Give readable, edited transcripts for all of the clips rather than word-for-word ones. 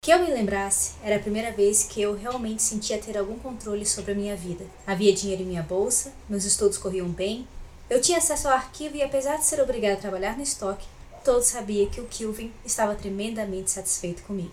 Que eu me lembrasse, era a primeira vez que eu realmente sentia ter algum controle sobre a minha vida. Havia dinheiro em minha bolsa, meus estudos corriam bem, eu tinha acesso ao arquivo e apesar de ser obrigada a trabalhar no estoque, todos sabiam que o Kilvin estava tremendamente satisfeito comigo.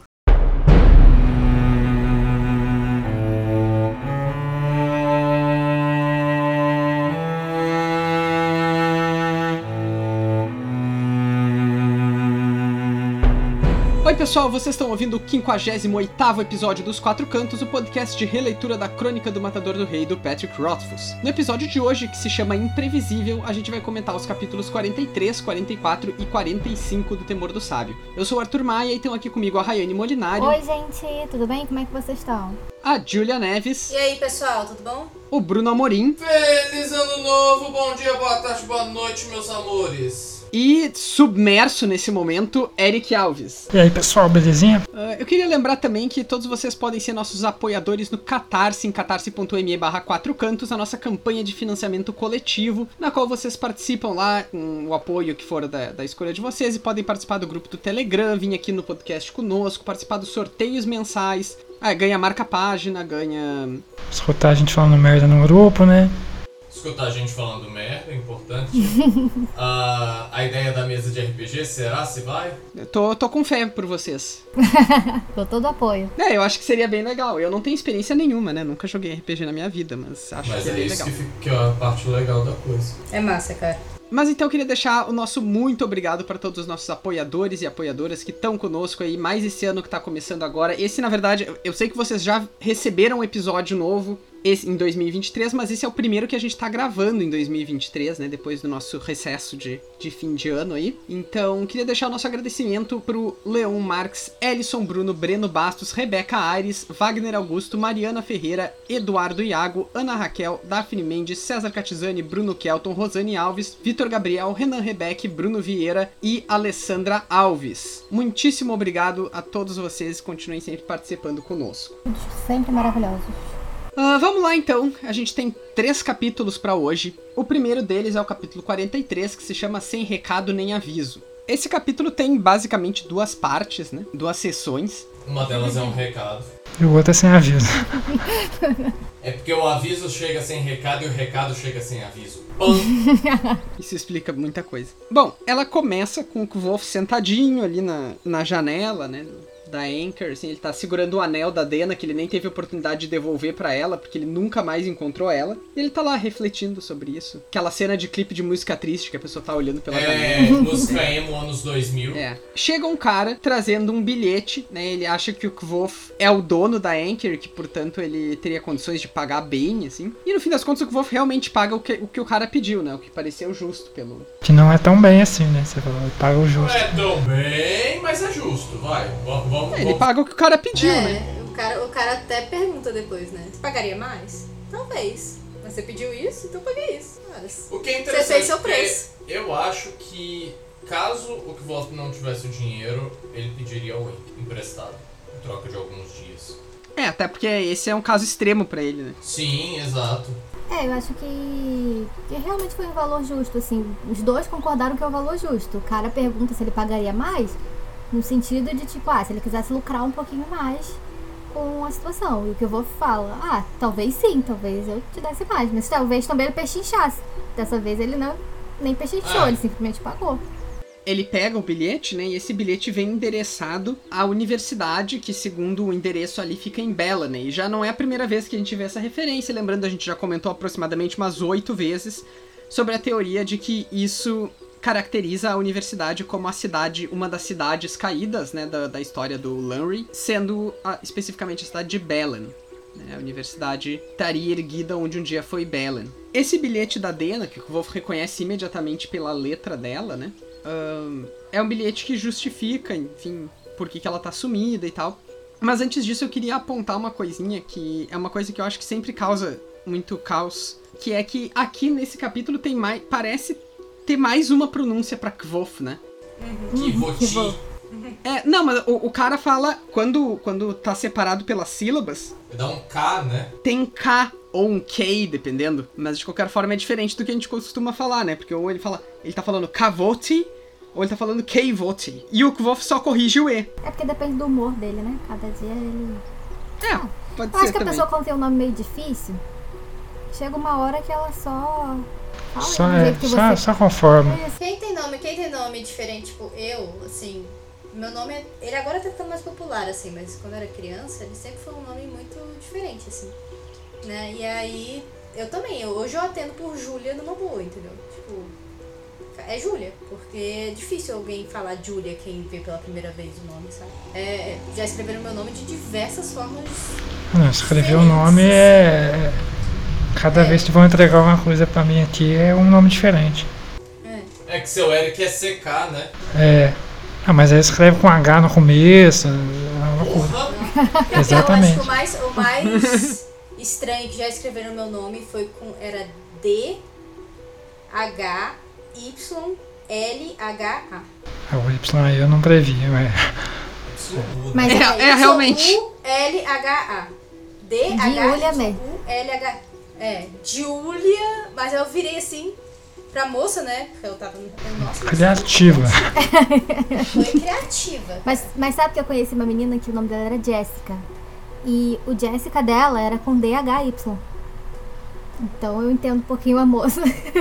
Oi pessoal, vocês estão ouvindo o 58º episódio dos Quatro Cantos, o podcast de releitura da Crônica do Matador do Rei, do Patrick Rothfuss. No episódio de hoje, que se chama Imprevisível, a gente vai comentar os capítulos 43, 44 e 45 do Temor do Sábio. Eu sou o Arthur Maia e tenho aqui comigo a Rayane Molinari. Oi gente, tudo bem? Como é que vocês estão? A Júlia Neves. E aí pessoal, tudo bom? O Bruno Amorim. Feliz Ano Novo, bom dia, boa tarde, boa noite, meus amores. E submerso nesse momento, Eric Alves. E aí pessoal, belezinha? Eu queria lembrar também que todos vocês podem ser nossos apoiadores no Catarse, em catarse.me/quatrocantos, a nossa campanha de financiamento coletivo, na qual vocês participam lá com o apoio que for da escolha de vocês e podem participar do grupo do Telegram, vir aqui no podcast conosco, participar dos sorteios mensais, ganha marca-página, ganha... Escutar a gente falando merda no grupo, né? Escutar a gente falando merda, é importante. A ideia da mesa de RPG, será se vai? Eu tô com fé por vocês. Tô todo apoio. Eu acho que seria bem legal. Eu não tenho experiência nenhuma, né? Nunca joguei RPG na minha vida, mas acho que é bem legal. Mas é isso que é a parte legal da coisa. É massa, cara. Mas então eu queria deixar o nosso muito obrigado para todos os nossos apoiadores e apoiadoras que estão conosco aí, mais esse ano que tá começando agora. Esse, na verdade, eu sei que vocês já receberam um episódio novo em 2023, mas esse é o primeiro que a gente tá gravando em 2023, né, depois do nosso recesso de fim de ano aí. Então, queria deixar o nosso agradecimento pro Leon Marques, Ellison Bruno, Breno Bastos, Rebeca Aires, Wagner Augusto, Mariana Ferreira, Eduardo Iago, Ana Raquel, Daphne Mendes, César Catizani, Bruno Kelton, Rosane Alves, Vitor Gabriel, Renan Rebeck, Bruno Vieira e Alessandra Alves. Muitíssimo obrigado a todos vocês, continuem sempre participando conosco. Sempre maravilhosos. Vamos lá então, a gente tem 3 capítulos pra hoje. O primeiro deles é o capítulo 43, que se chama Sem Recado Nem Aviso. Esse capítulo tem basicamente 2 partes, né? 2 sessões. Uma delas é um recado. E o outro é sem aviso. É porque o aviso chega sem recado e o recado chega sem aviso. Isso explica muita coisa. Bom, ela começa com o Kvolf sentadinho ali na janela, né? Da Anchor, assim, ele tá segurando o anel da Dena, que ele nem teve oportunidade de devolver pra ela, porque ele nunca mais encontrou ela. E ele tá lá refletindo sobre isso. Aquela cena de clipe de música triste, que a pessoa tá olhando pela janela. Música emo anos 2000. Chega um cara trazendo um bilhete, né, ele acha que o Kvolf é o dono da Anchor, que portanto ele teria condições de pagar bem, assim. E no fim das contas o Kvolf realmente paga o que o cara pediu, né, o que pareceu justo pelo... Que não é tão bem assim, né, você falou, ele paga o justo. Não é tão bem, mas é justo, vai. Ele paga o que o cara pediu, né? O cara até pergunta depois, né? Você pagaria mais? Talvez. Mas você pediu isso, então eu paguei isso. O que é interessante, você fez seu preço. Eu acho que caso o Kvolf não tivesse o dinheiro, ele pediria o emprestado, em troca de alguns dias. Até porque esse é um caso extremo pra ele, né? Sim, exato. Eu acho que realmente foi um valor justo, assim. Os dois concordaram que é um valor justo. O cara pergunta se ele pagaria mais, no sentido de, tipo, se ele quisesse lucrar um pouquinho mais com a situação. E o que eu vou falar, talvez sim, talvez eu te desse mais. Mas talvez também ele pechinchasse. Dessa vez ele nem pechinchou, ele simplesmente pagou. Ele pega o bilhete, né, e esse bilhete vem endereçado à universidade, que segundo o endereço ali fica em Bellany. E já não é a primeira vez que a gente vê essa referência, lembrando, a gente já comentou aproximadamente umas 8 vezes sobre a teoria de que isso caracteriza a universidade como uma das cidades caídas, né, da história do Lunry, sendo especificamente a cidade de Bellany. A universidade estaria erguida onde um dia foi Bellany. Esse bilhete da Dena, que o Kvolf reconhece imediatamente pela letra dela, né, é um bilhete que justifica, enfim, por que ela tá sumida e tal. Mas antes disso eu queria apontar uma coisinha que é uma coisa que eu acho que sempre causa muito caos, que é que aqui nesse capítulo parece ter mais uma pronúncia pra Kvolf, né? Kivoti. Não, mas o cara fala, quando tá separado pelas sílabas... Dá um K, né? Tem K ou um K, dependendo. Mas de qualquer forma é diferente do que a gente costuma falar, né? Porque ou ele tá falando Kavoti, ou ele tá falando Kvote. E o Kvof só corrige o E. É porque depende do humor dele, né? Cada dia ele... Pode Eu ser acho que a também. pessoa, quando tem um nome meio difícil, chega uma hora que ela só... fala Só, do jeito que você... só conforme. Isso. Quem tem nome diferente, tipo, eu, assim, meu nome, ele agora tá ficando mais popular, assim, mas quando eu era criança, ele sempre foi um nome muito diferente, assim, né, e aí, eu também, hoje eu atendo por Júlia numa boa, entendeu, tipo, é Júlia, porque é difícil alguém falar Júlia, quem vê pela primeira vez o nome, sabe, já escreveram meu nome de diversas formas. Não, escrever o nome é... Cada vez que vão entregar uma coisa pra mim aqui é um nome diferente. É que seu Eric é CK, né? É. Ah, mas aí escreve com H no começo. É uma loucura. Porra! Exatamente. Eu acho que o mais estranho que já escreveram meu nome era D H Y L H A. Ah, o Y aí eu não previ, mas... Absurdo. Mas realmente. U L H A. D H Giulia Y mesmo. U L H. Giulia, mas eu virei assim pra moça, né? Porque eu tava no nossa, Criativa. foi criativa. Mas sabe que eu conheci uma menina que o nome dela era Jessica. E o Jessica dela era com DHY. Então eu entendo um pouquinho a moça.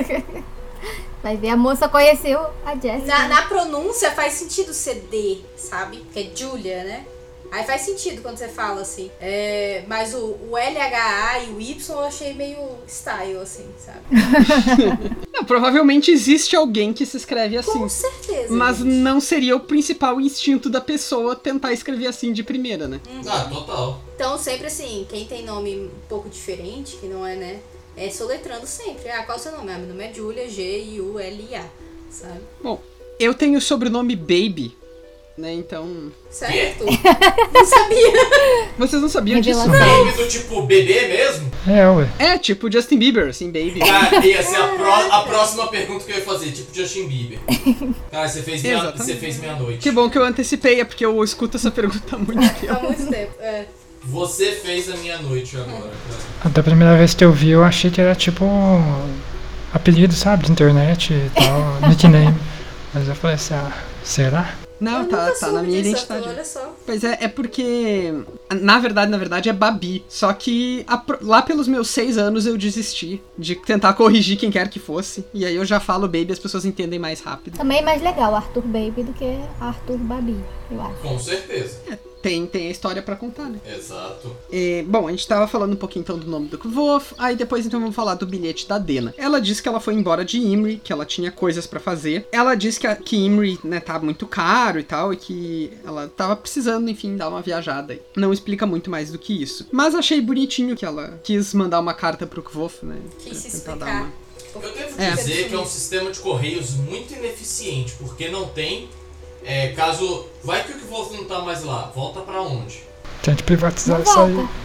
Vai ver, a moça conheceu a Jessica. Na pronúncia faz sentido ser D, sabe? Que é Julia, né? Aí faz sentido quando você fala assim. Mas o LHA e o Y eu achei meio style, assim, sabe? Não, provavelmente existe alguém que se escreve assim. Com certeza. Mas gente. não seria o principal instinto da pessoa tentar escrever assim de primeira, né? Ah, total. Então, sempre assim, quem tem nome um pouco diferente, que não é, né? É soletrando sempre. Ah, qual é o seu nome? Ah, meu nome é Julia, G-I-U-L-I-A, sabe? Bom, eu tenho o sobrenome Baby, né? Então. Certo? Não sabia. Vocês não sabiam disso? Revelação. Nome do tipo bebê mesmo? É, ué. É, tipo Justin Bieber, assim, Baby. Cara, ia ser a próxima pergunta que eu ia fazer, tipo Justin Bieber. Cara, você fez Exatamente. meia-noite. Que bom que eu antecipei, é porque eu escuto essa pergunta há muito tempo. Há muito tempo. Você fez a minha noite agora, cara. Da primeira vez que eu vi, eu achei que era tipo apelido, sabe, de internet e tal, nickname. Mas eu falei assim, será? Não, Eu tá nunca soube na minha disso, identidade. Olha só. Pois é porque, na verdade é Babi. Só que lá pelos meus 6 anos eu desisti de tentar corrigir quem quer que fosse. E aí eu já falo Baby, as pessoas entendem mais rápido. Também é mais legal Arthur Baby do que Arthur Babi, eu acho. Com certeza. Tem a história pra contar, né? Exato. Bom, a gente tava falando um pouquinho então do nome do Kvof, aí depois então vamos falar do bilhete da Dena. Ela disse que ela foi embora de Imri, que ela tinha coisas pra fazer. Ela disse que Imri, né, tá muito caro e tal, e que ela tava precisando, enfim, dar uma viajada aí. Não explica muito mais do que isso. Mas achei bonitinho que ela quis mandar uma carta pro Kvof, né? Quis se pra tentar explicar. Eu devo É. dizer que é um sistema de correios muito ineficiente, porque não tem... caso... Vai que o Kvof não tá mais lá, volta pra onde? Tem que privatizar Não isso aí. volta.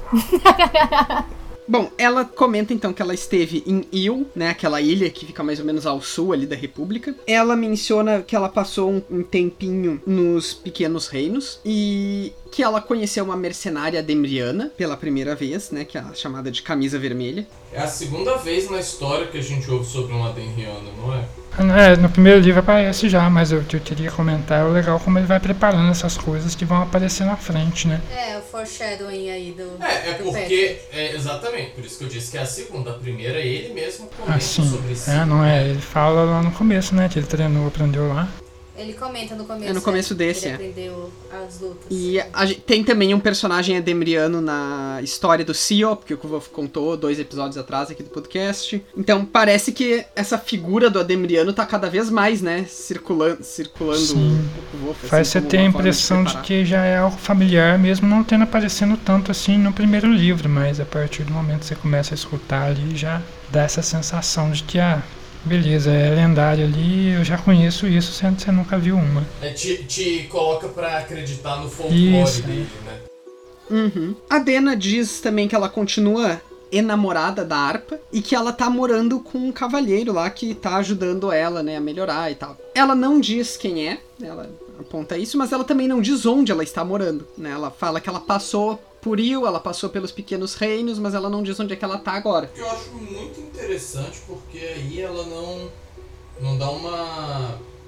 Bom, ela comenta então que ela esteve em Il, né, aquela ilha que fica mais ou menos ao sul ali da República. Ela menciona que ela passou um tempinho nos Pequenos Reinos e que ela conheceu uma mercenária demriana pela primeira vez, né, que é a chamada de Camisa Vermelha. É a segunda vez na história que a gente ouve sobre uma Denriana, não é? No primeiro livro aparece já, mas o que eu queria comentar é o legal como ele vai preparando essas coisas que vão aparecer na frente, né? O foreshadowing aí do do Porque... exatamente, por isso que eu disse que é a segunda. A primeira, ele mesmo comenta Assim, sobre si. não é? Ele fala lá no começo, né? Que ele treinou, aprendeu lá. Ele comenta no começo. É no começo né, desse, que ele é. aprendeu as lutas. E tem também um personagem edemriano na história do Siop, que o Kvof contou 2 episódios atrás aqui do podcast. Então parece que essa figura do Ademriano tá cada vez mais, né, circulando Sim. o Kvof. Faz você ter a impressão de que já é algo familiar, mesmo não tendo aparecendo tanto assim no primeiro livro, mas a partir do momento que você começa a escutar ali, já dá essa sensação de que, beleza, é lendário ali, eu já conheço isso, sendo que você nunca viu uma. Te coloca pra acreditar no folclore Isso, dele, né? Uhum. A Dena diz também que ela continua enamorada da Arpa e que ela tá morando com um cavalheiro lá que tá ajudando ela, né, a melhorar e tal. Ela não diz quem é, ela aponta isso, mas ela também não diz onde ela está morando, né? Ela fala que ela passou por Il, ela passou pelos Pequenos Reinos, mas ela não diz onde é que ela tá agora. O que eu acho muito interessante, porque aí ela não dá uma...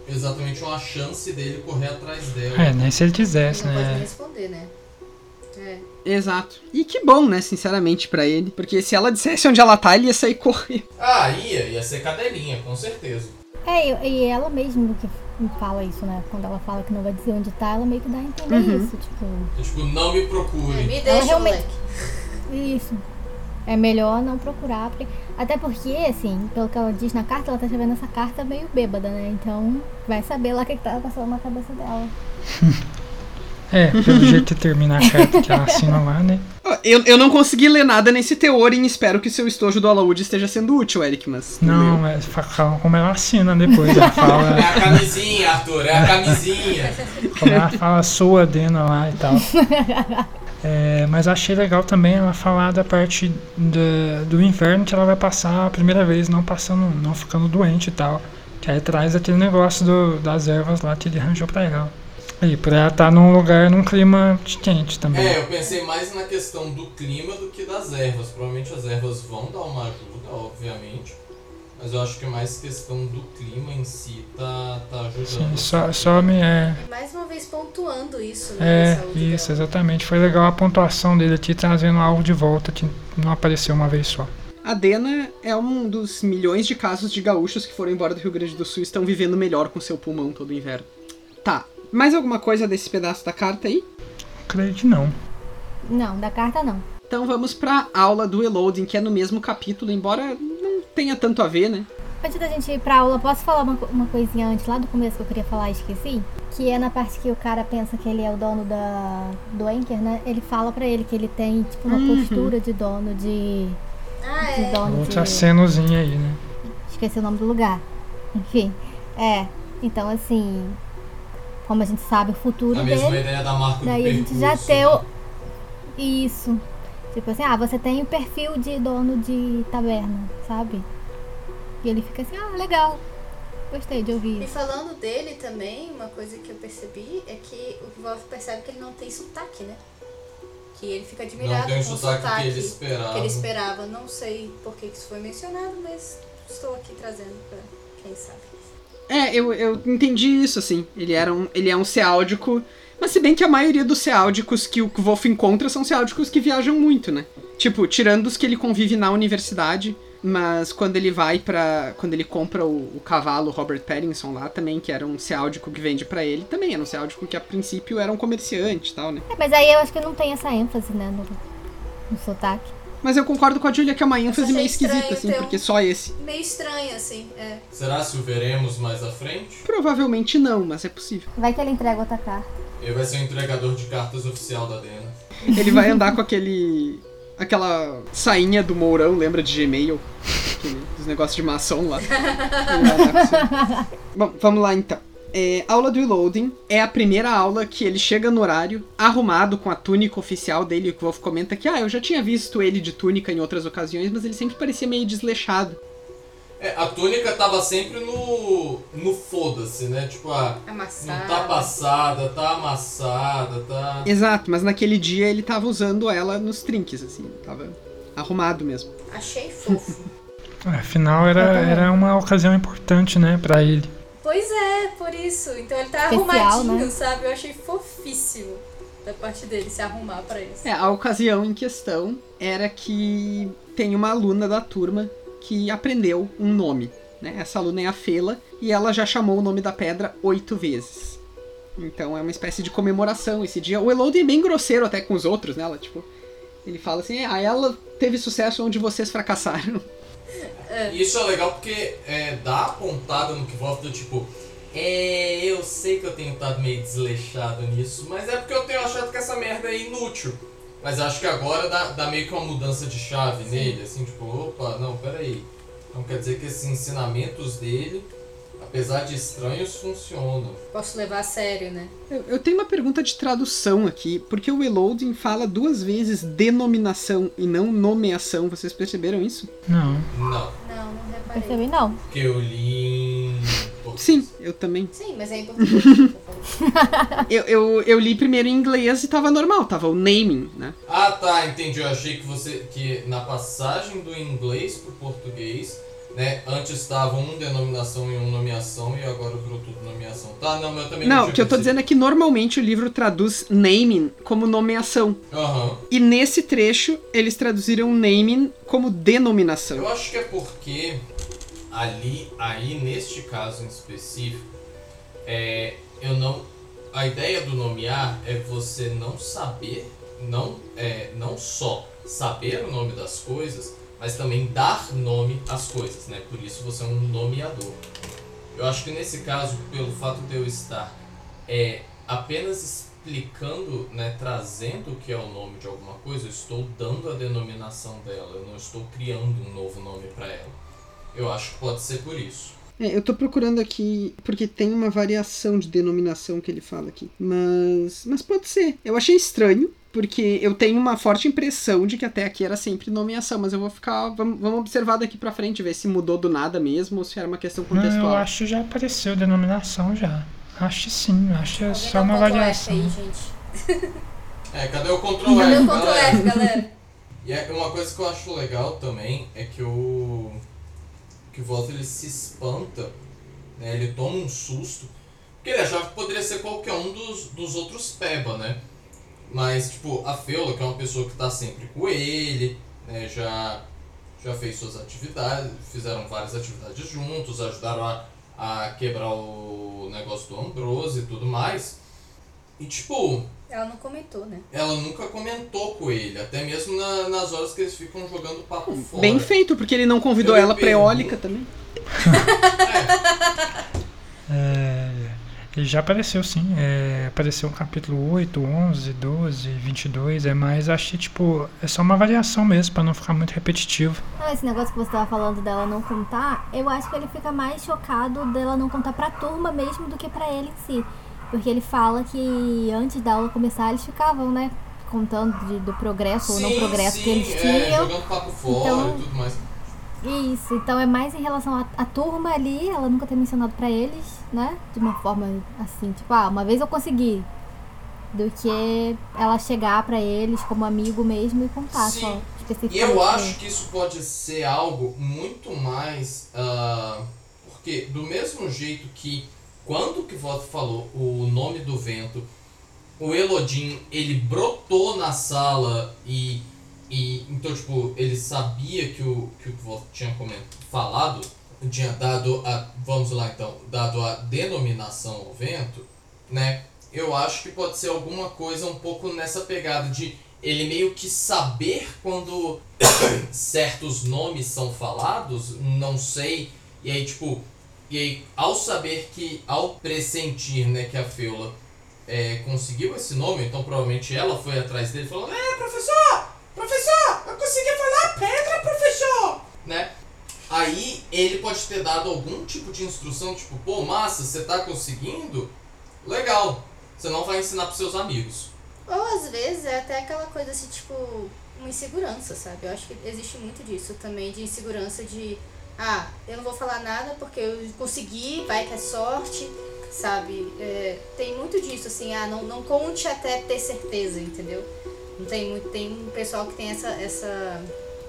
exatamente uma chance dele correr atrás dela. Nem se ele quisesse, Ele não pode nem né? responder, né? Exato. E que bom, né, sinceramente, pra ele. Porque se ela dissesse onde ela tá, ele ia sair correndo. Ah, ia ser cadelinha, com certeza. E ela mesmo que fala isso, né? Quando ela fala que não vai dizer onde tá, ela meio que dá a entender isso, Tipo, não me procure. Me deixa, realmente- moleque. Isso. É melhor não procurar. Até porque, assim, pelo que ela diz na carta, ela tá escrevendo essa carta meio bêbada, né? Então, vai saber lá o que tá passando na cabeça dela. Pelo jeito que termina a carta que ela assina lá, né? Eu não consegui ler nada nesse teor e espero que seu estojo do Alaúde esteja sendo útil, Eric, mas... Não, fala como ela assina depois. Ela fala, É a camisinha, Arthur, é a camisinha. como ela fala sua Dena lá e tal. Mas achei legal também ela falar da parte do inverno que ela vai passar a primeira vez, não ficando doente e tal. Que aí traz aquele negócio das ervas lá que ele arranjou pra ela. E pra ela estar num clima quente também. Eu pensei mais na questão do clima do que das ervas. Provavelmente as ervas vão dar uma ajuda, obviamente. Mas eu acho que é mais questão do clima em si tá ajudando. Sim, só me Mais uma vez pontuando isso, né? da saúde isso, dela. exatamente. Foi legal a pontuação dele aqui, trazendo algo de volta que não apareceu uma vez só. A Dena é um dos milhões de casos de gaúchos que foram embora do Rio Grande do Sul e estão vivendo melhor com seu pulmão todo inverno. Tá. Mais alguma coisa desse pedaço da carta aí? Creio que não. Não, da carta não. Então vamos pra aula do Eloding, que é no mesmo capítulo, embora não tenha tanto a ver, né? Antes da gente ir pra aula, posso falar uma coisinha antes, lá do começo que eu queria falar e esqueci? Que é na parte que o cara pensa que ele é o dono do Anchor, né? Ele fala pra ele que ele tem, tipo, uma postura de dono de dono Outra de... cenozinha aí, né? Esqueci o nome do lugar. Enfim, então assim, como a gente sabe o futuro A mesma dele, ideia da marca daí do a gente percurso. já tem isso. Tipo assim, você tem o perfil de dono de taverna, sabe? E ele fica assim, legal. Gostei de ouvir E isso. falando dele também, uma coisa que eu percebi é que o Wolf percebe que ele não tem sotaque, né? Que ele fica admirado Não tem o com o sotaque sotaque que ele esperava. que ele esperava. Não sei por que isso foi mencionado, mas estou aqui trazendo pra quem sabe. Eu entendi isso, assim. Ele é um ceáldico, mas se bem que a maioria dos ceáldicos que o Wolf encontra são ceáldicos que viajam muito, né? Tipo, tirando os que ele convive na universidade, mas quando ele quando ele compra o cavalo Robert Pattinson lá também, que era um ceáldico que vende pra ele, também era um ceáldico que a princípio era um comerciante e tal, né? Mas aí eu acho que não tem essa ênfase, né, no sotaque. Mas eu concordo com a Julia que é uma ênfase achei meio esquisita, estranho assim, ter porque só esse. Meio estranho, assim, Será se o veremos mais à frente? Provavelmente não, mas é possível. Vai que ele entrega outra carta. Ele vai ser o entregador de cartas oficial da Dena. Ele vai andar com aquela sainha do Mourão, lembra de Gmail? Dos negócios de maçom lá. Ele vai andar com isso. Bom, vamos lá então. Aula do Eloding é a primeira aula que ele chega no horário, arrumado com a túnica oficial dele, que o Wolf comenta que, eu já tinha visto ele de túnica em outras ocasiões, mas ele sempre parecia meio desleixado. A túnica tava sempre no foda-se, né? Tipo, amassada. não tá passada, tá amassada, tá... Exato, mas naquele dia ele tava usando ela nos trinques, assim, tava arrumado mesmo. Achei fofo. Afinal, era uma ocasião importante, né, pra ele. Pois é, por isso. Então ele tá Especial, arrumadinho, né? sabe? Eu achei fofíssimo da parte dele se arrumar pra isso. A ocasião em questão era que tem uma aluna da turma que aprendeu um nome, né? Essa aluna é a Fela e ela já chamou o nome da pedra 8 vezes. Então é uma espécie de comemoração esse dia. O Eloding é bem grosseiro até com os outros, né? Ele fala assim, ela teve sucesso onde vocês fracassaram. Isso é legal porque dá a pontada no que volta do tipo... eu sei que eu tenho estado meio desleixado nisso, mas é porque eu tenho achado que essa merda é inútil. Mas acho que agora dá meio que uma mudança de chave nele, assim, tipo, opa, não, peraí. Então quer dizer que esses ensinamentos dele, apesar de estranhos, funcionam. Posso levar a sério, né? Eu tenho uma pergunta de tradução aqui, porque o Eloding fala 2 vezes denominação e não nomeação. Vocês perceberam isso? Não. Não, Não reparei. Percebi não. porque eu li em português. Sim, eu também. Sim, mas é em português. Eu li primeiro em inglês e tava normal, tava o naming, né? Ah, tá, entendi. Eu achei que na passagem do inglês pro português, né? Antes estava denominação e nomeação e agora virou tudo nomeação. Tá, não, mas eu também Não, tinha o que eu tô dizendo é que normalmente o livro traduz naming como nomeação. E nesse trecho eles traduziram naming como denominação. Eu acho que é porque aí neste caso em específico, a ideia do nomear é você não saber, não só saber o nome das coisas, mas também dar nome às coisas, né? Por isso você é um nomeador. Eu acho que nesse caso, pelo fato de eu estar apenas explicando, né, trazendo o que é o nome de alguma coisa, eu estou dando a denominação dela, eu não estou criando um novo nome para ela. Eu acho que pode ser por isso. Eu tô procurando aqui, porque tem uma variação de denominação que ele fala aqui. Mas pode ser. Eu achei estranho, porque eu tenho uma forte impressão de que até aqui era sempre nomeação, mas eu vou ficar... Vamos observar daqui pra frente, ver se mudou do nada mesmo ou se era uma questão contextual. Não, eu acho que já apareceu denominação já. Acho que sim, acho que é só uma variação. Aí, gente. Cadê o Ctrl F? Cadê o Ctrl F, galera? E uma coisa que eu acho legal também é que o Walter, ele se espanta, né? Ele toma um susto, porque ele achava que poderia ser qualquer um dos outros Peba, né? Mas, tipo, a Fëula, que é uma pessoa que tá sempre com ele, né? Já fez suas atividades, fizeram várias atividades juntos, ajudaram a quebrar o negócio do Ambrose e tudo mais. E, tipo... Ela não comentou, né? Ela nunca comentou com ele, até mesmo nas horas que eles ficam jogando papo fora. Bem feito, porque ele não convidou ela pra eólica também. Ele já apareceu sim, apareceu no capítulo 8, 11, 12, 22, mas acho que tipo, é só uma variação mesmo, pra não ficar muito repetitivo. Esse negócio que você tava falando dela não contar, eu acho que ele fica mais chocado dela não contar pra turma mesmo do que pra ele em si. Porque ele fala que antes da aula começar eles ficavam, né, contando do progresso ou não progresso que eles tinham. Jogando papo fora e tudo mais. Isso, então é mais em relação à turma ali, ela nunca ter mencionado pra eles, né, de uma forma assim, tipo, uma vez eu consegui, do que ela chegar pra eles como amigo mesmo e contar só especificamente. E eu acho que isso pode ser algo muito mais, porque do mesmo jeito que quando o Kvoth falou o nome do vento, o Elodin, ele brotou na sala e então, tipo, ele sabia que o Kvoth tinha falado, tinha dado dado a denominação ao vento, né? Eu acho que pode ser alguma coisa um pouco nessa pegada de ele meio que saber quando certos nomes são falados, não sei, e aí, tipo... E aí, ao saber que, ao pressentir, né, que a Fëula conseguiu esse nome, então provavelmente ela foi atrás dele falando: professor, eu consegui falar pedra, professor! Né? Aí ele pode ter dado algum tipo de instrução, tipo, pô, massa, você tá conseguindo? Legal, você não vai ensinar pros seus amigos. Ou às vezes é até aquela coisa assim, tipo, uma insegurança, sabe? Eu acho que existe muito disso também, de insegurança de... eu não vou falar nada porque eu consegui, vai que é sorte, sabe? Tem muito disso, assim, não conte até ter certeza, entendeu? Tem um pessoal que tem essa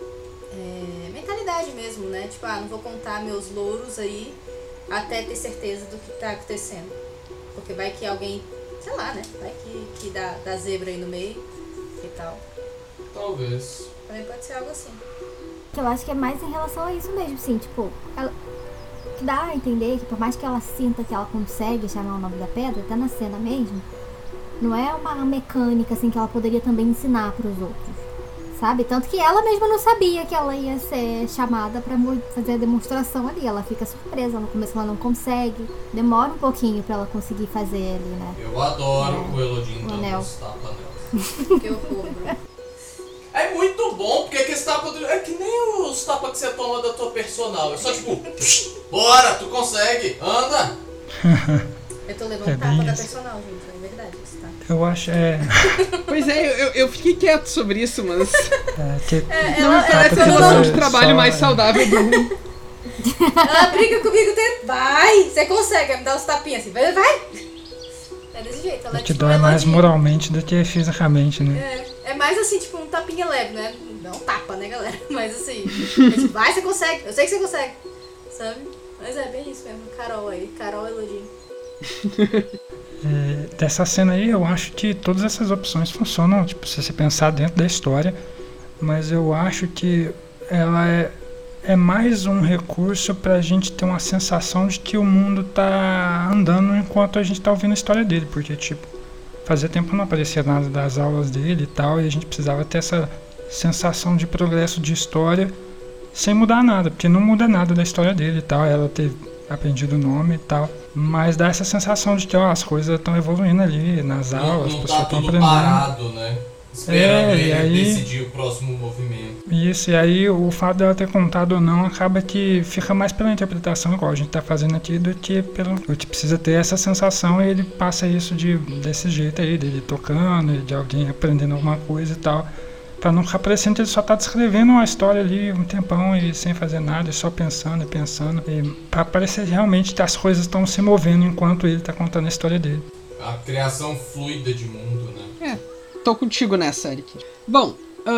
mentalidade mesmo, né? Tipo, não vou contar meus louros aí até ter certeza do que tá acontecendo. Porque vai que alguém, sei lá, né? Vai que dá zebra aí no meio e tal. Talvez. Também pode ser algo assim. Eu acho que é mais em relação a isso mesmo, assim, tipo, ela dá a entender que por mais que ela sinta que ela consegue chamar o nome da pedra, até na cena mesmo, não é uma mecânica, assim, que ela poderia também ensinar pros outros, sabe? Tanto que ela mesma não sabia que ela ia ser chamada pra fazer a demonstração ali, ela fica surpresa, no começo ela não consegue, demora um pouquinho pra ela conseguir fazer ali, né? Eu adoro o Elodin dando uns tapas nela. Que horror, Bruno. É muito bom, porque esse tapa é que nem os tapas que você toma da tua personal. É só tipo, bora, tu consegue, anda! Eu tô levando tapa da personal, gente, é verdade isso, tá? Eu acho, Pois eu fiquei quieto sobre isso, mas... Não me parece a noção de trabalho mais saudável do mundo. Ela briga comigo, vai, você consegue, me dá uns tapinhas assim, vai! É desse jeito, ela é que tipo dói mais moralmente do que fisicamente, né? É mais assim, tipo um tapinha leve, né? Não tapa, né, galera? Mas assim, vai, você consegue, eu sei que você consegue. sabe? Mas é bem isso mesmo, Carol aí, Carol Elodie. Dessa cena aí, eu acho que todas essas opções funcionam, tipo, se você pensar dentro da história, mas eu acho que ela é mais um recurso pra gente ter uma sensação de que o mundo tá andando enquanto a gente tá ouvindo a história dele, porque, tipo, fazia tempo que não aparecia nada das aulas dele e tal, e a gente precisava ter essa sensação de progresso de história sem mudar nada, porque não muda nada da história dele e tal, ela ter aprendido o nome e tal, mas dá essa sensação de que as coisas estão evoluindo ali nas aulas, as pessoas estão aprendendo. Parado, né? Esperando ele decidir o próximo movimento. Isso, e aí o fato dela ter contado ou não acaba que fica mais pela interpretação, igual a gente tá fazendo aqui, do que pelo... A gente precisa ter essa sensação e ele passa isso desse jeito aí, dele tocando, de alguém aprendendo alguma coisa e tal. Pra não ficar parecendo que ele só tá descrevendo uma história ali um tempão e sem fazer nada, e só pensando e pensando. E pra parecer realmente que as coisas estão se movendo enquanto ele tá contando a história dele. A criação fluida de mundo, né? Tô contigo nessa, Eric. Bom,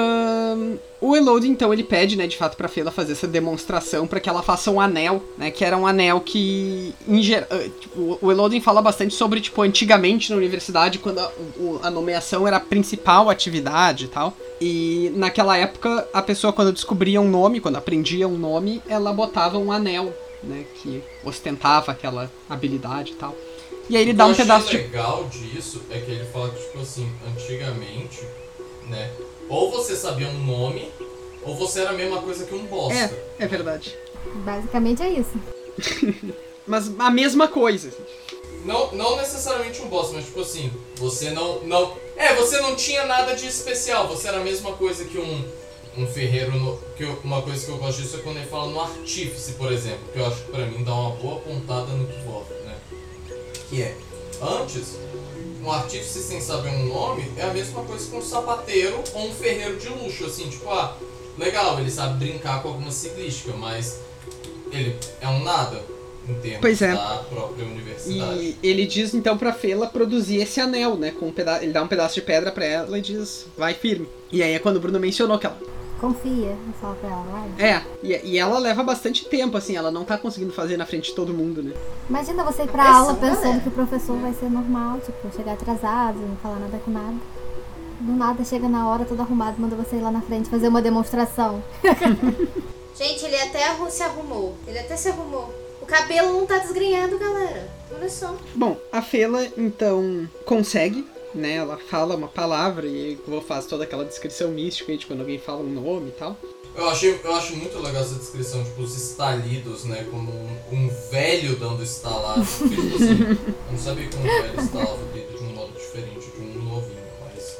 o Elodie, então, ele pede, né, de fato, pra Fela fazer essa demonstração pra que ela faça um anel, né, que era um anel que, tipo, o Elodie fala bastante sobre, tipo, antigamente na universidade, quando a nomeação era a principal atividade e tal, e naquela época, a pessoa, quando descobria um nome, quando aprendia um nome, ela botava um anel, né, que ostentava aquela habilidade e tal. E aí ele dá um pedaço de... O legal disso é que ele fala que, tipo assim, antigamente, né, ou você sabia um nome, ou você era a mesma coisa que um bosta. É verdade. Basicamente é isso. Mas a mesma coisa. Não necessariamente um bosta, mas tipo assim, você não... você não tinha nada de especial, você era a mesma coisa que um ferreiro... Uma coisa que eu gosto disso é quando ele fala no artífice, por exemplo, que eu acho que pra mim dá uma boa pontada no que volta, né? Que é, antes, um artífice sem saber um nome é a mesma coisa que um sapateiro ou um ferreiro de luxo, assim, tipo, legal, ele sabe brincar com alguma ciclística, mas ele é um nada em termos da própria universidade. E ele diz então pra Fela produzir esse anel, né, com ele dá um pedaço de pedra pra ela e diz, vai firme. E aí é quando o Bruno mencionou que ela... Confia, eu falo pra ela, vai. E ela leva bastante tempo, assim, ela não tá conseguindo fazer na frente de todo mundo, né? Imagina você ir pra aula pensando que o professor vai ser normal, tipo, chegar atrasado, não falar nada com nada. Do nada, chega na hora, todo arrumado, manda você ir lá na frente fazer uma demonstração. Gente, ele até se arrumou. O cabelo não tá desgrenhado, galera. Olha só. Bom, a Fela, então, consegue, né? Ela fala uma palavra e faz toda aquela descrição mística aí de quando alguém fala um nome e tal. Eu acho muito legal essa descrição, tipo, os estalidos, né? Como um velho dando estalado. Porque, tipo assim, eu não sabia que um velho estalava o dedo de um modo diferente de um novinho, mas...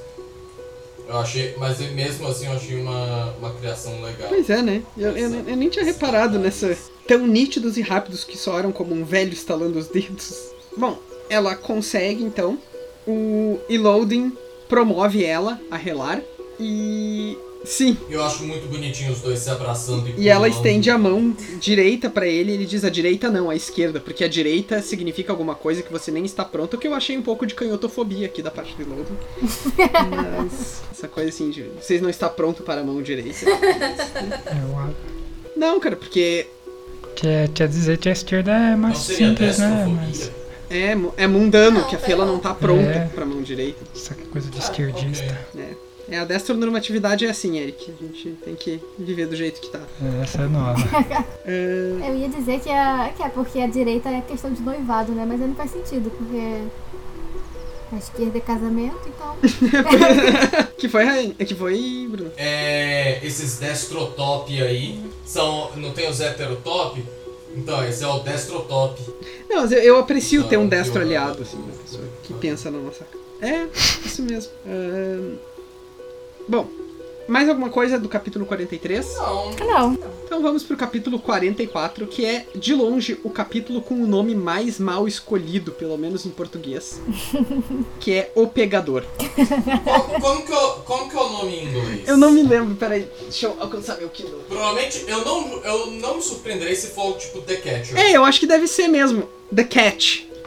Mas mesmo assim eu achei uma criação legal. Pois é, né? Eu nem tinha reparado nessa... Tão nítidos e rápidos que soaram como um velho estalando os dedos. Bom, ela consegue, então. O Elodie promove ela a relar. E... Sim. Eu acho muito bonitinho os dois se abraçando e ela estende a mão direita pra ele e ele diz a direita não, a esquerda, porque a direita significa alguma coisa que você nem está pronto, o que eu achei um pouco de canhotofobia aqui da parte do Elodie. Mas essa coisa assim de vocês não estão prontos para a mão direita. Não, cara, porque... Quer dizer que a esquerda é mais simples, né? Mas... É mundano, não, que a Fela não tá pronta pra mão direita. Essa coisa de esquerdista. Okay. A destronormatividade é assim, Eric. A gente tem que viver do jeito que tá. Essa é nova. Eu ia dizer que é porque a direita é questão de noivado, né? Mas aí não faz sentido, porque a esquerda é casamento, então... que foi, Bruno? Esses destrotop aí não tem os heterotop? Então, esse é o destrotop. Não, mas eu aprecio ter um destro aliado, assim, uma pessoa que pensa na nossa... isso mesmo. Bom, mais alguma coisa do capítulo 43? Não. Então vamos pro capítulo 44, que é, de longe, o capítulo com o nome mais mal escolhido, pelo menos em português. Que é O Pegador. Como que é o nome em inglês? Eu não me lembro, peraí, deixa eu alcançar meu Kindle. Provavelmente, eu não me surpreenderei se for tipo The Catcher. Eu acho que deve ser mesmo, The Catch.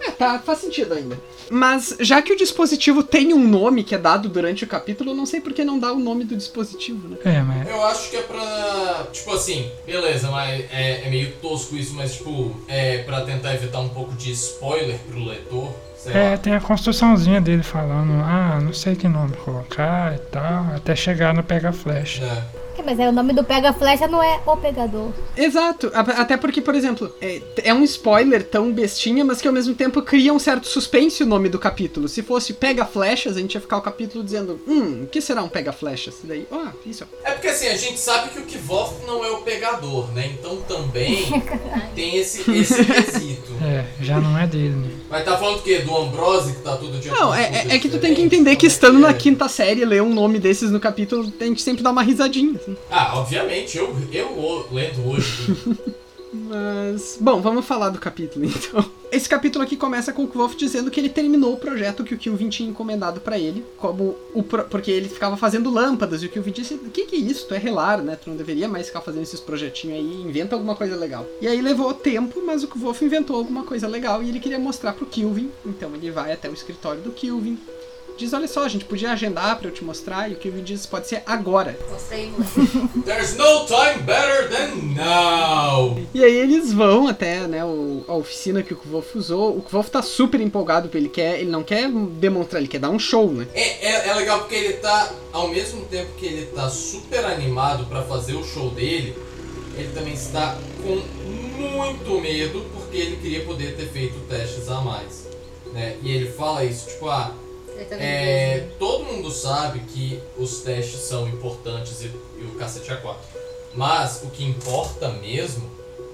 Tá, faz sentido ainda. Mas, já que o dispositivo tem um nome que é dado durante o capítulo, eu não sei por que não dá o nome do dispositivo, né? Mas... Eu acho que é pra... Tipo assim, beleza, mas é meio tosco isso, mas tipo, é pra tentar evitar um pouco de spoiler pro leitor, sei lá. Tem a construçãozinha dele falando, não sei que nome colocar e tal, até chegar no pega-flecha. Mas aí o nome do pega-flecha não é o pegador. Exato, até porque, por exemplo, é um spoiler tão bestinha, mas que ao mesmo tempo cria um certo suspense o nome do capítulo. Se fosse pega-flechas, a gente ia ficar o capítulo dizendo, o que será um pega-flechas? E daí, isso. É porque assim, a gente sabe que o Kvoth não é o pegador, né? Então também tem esse quesito. Já não é dele, né? Mas tá falando o quê? Do Ambrose, que tá tudo de Não, é que tu tem que entender que estando na quinta série, ler um nome desses no capítulo, a gente sempre dá uma risadinha. Obviamente, eu lendo hoje. Mas, bom, vamos falar do capítulo então. Esse capítulo aqui começa com o Kvoth dizendo que ele terminou o projeto que o Kylvin tinha encomendado pra ele, porque ele ficava fazendo lâmpadas, e o Kylvin disse, o que é isso? Tu é relar, né? Tu não deveria mais ficar fazendo esses projetinhos aí, inventa alguma coisa legal. E aí levou tempo, mas o Kvoth inventou alguma coisa legal e ele queria mostrar pro Kylvin, então ele vai até o escritório do Kylvin, diz, olha só, a gente podia agendar pra eu te mostrar, e o Kylvin diz, pode ser agora. Mostra aí, moleque. There's no time better than now. E aí eles vão até, né, a oficina que o Kvoth usou. O Kvoth tá super empolgado, porque ele não quer demonstrar, ele quer dar um show, né? É legal porque ele tá, ao mesmo tempo que ele tá super animado pra fazer o show dele, ele também está com muito medo, porque ele queria poder ter feito testes a mais, né? E ele fala isso, tipo, todo mundo sabe que os testes são importantes e o cacete é 4. Mas o que importa mesmo,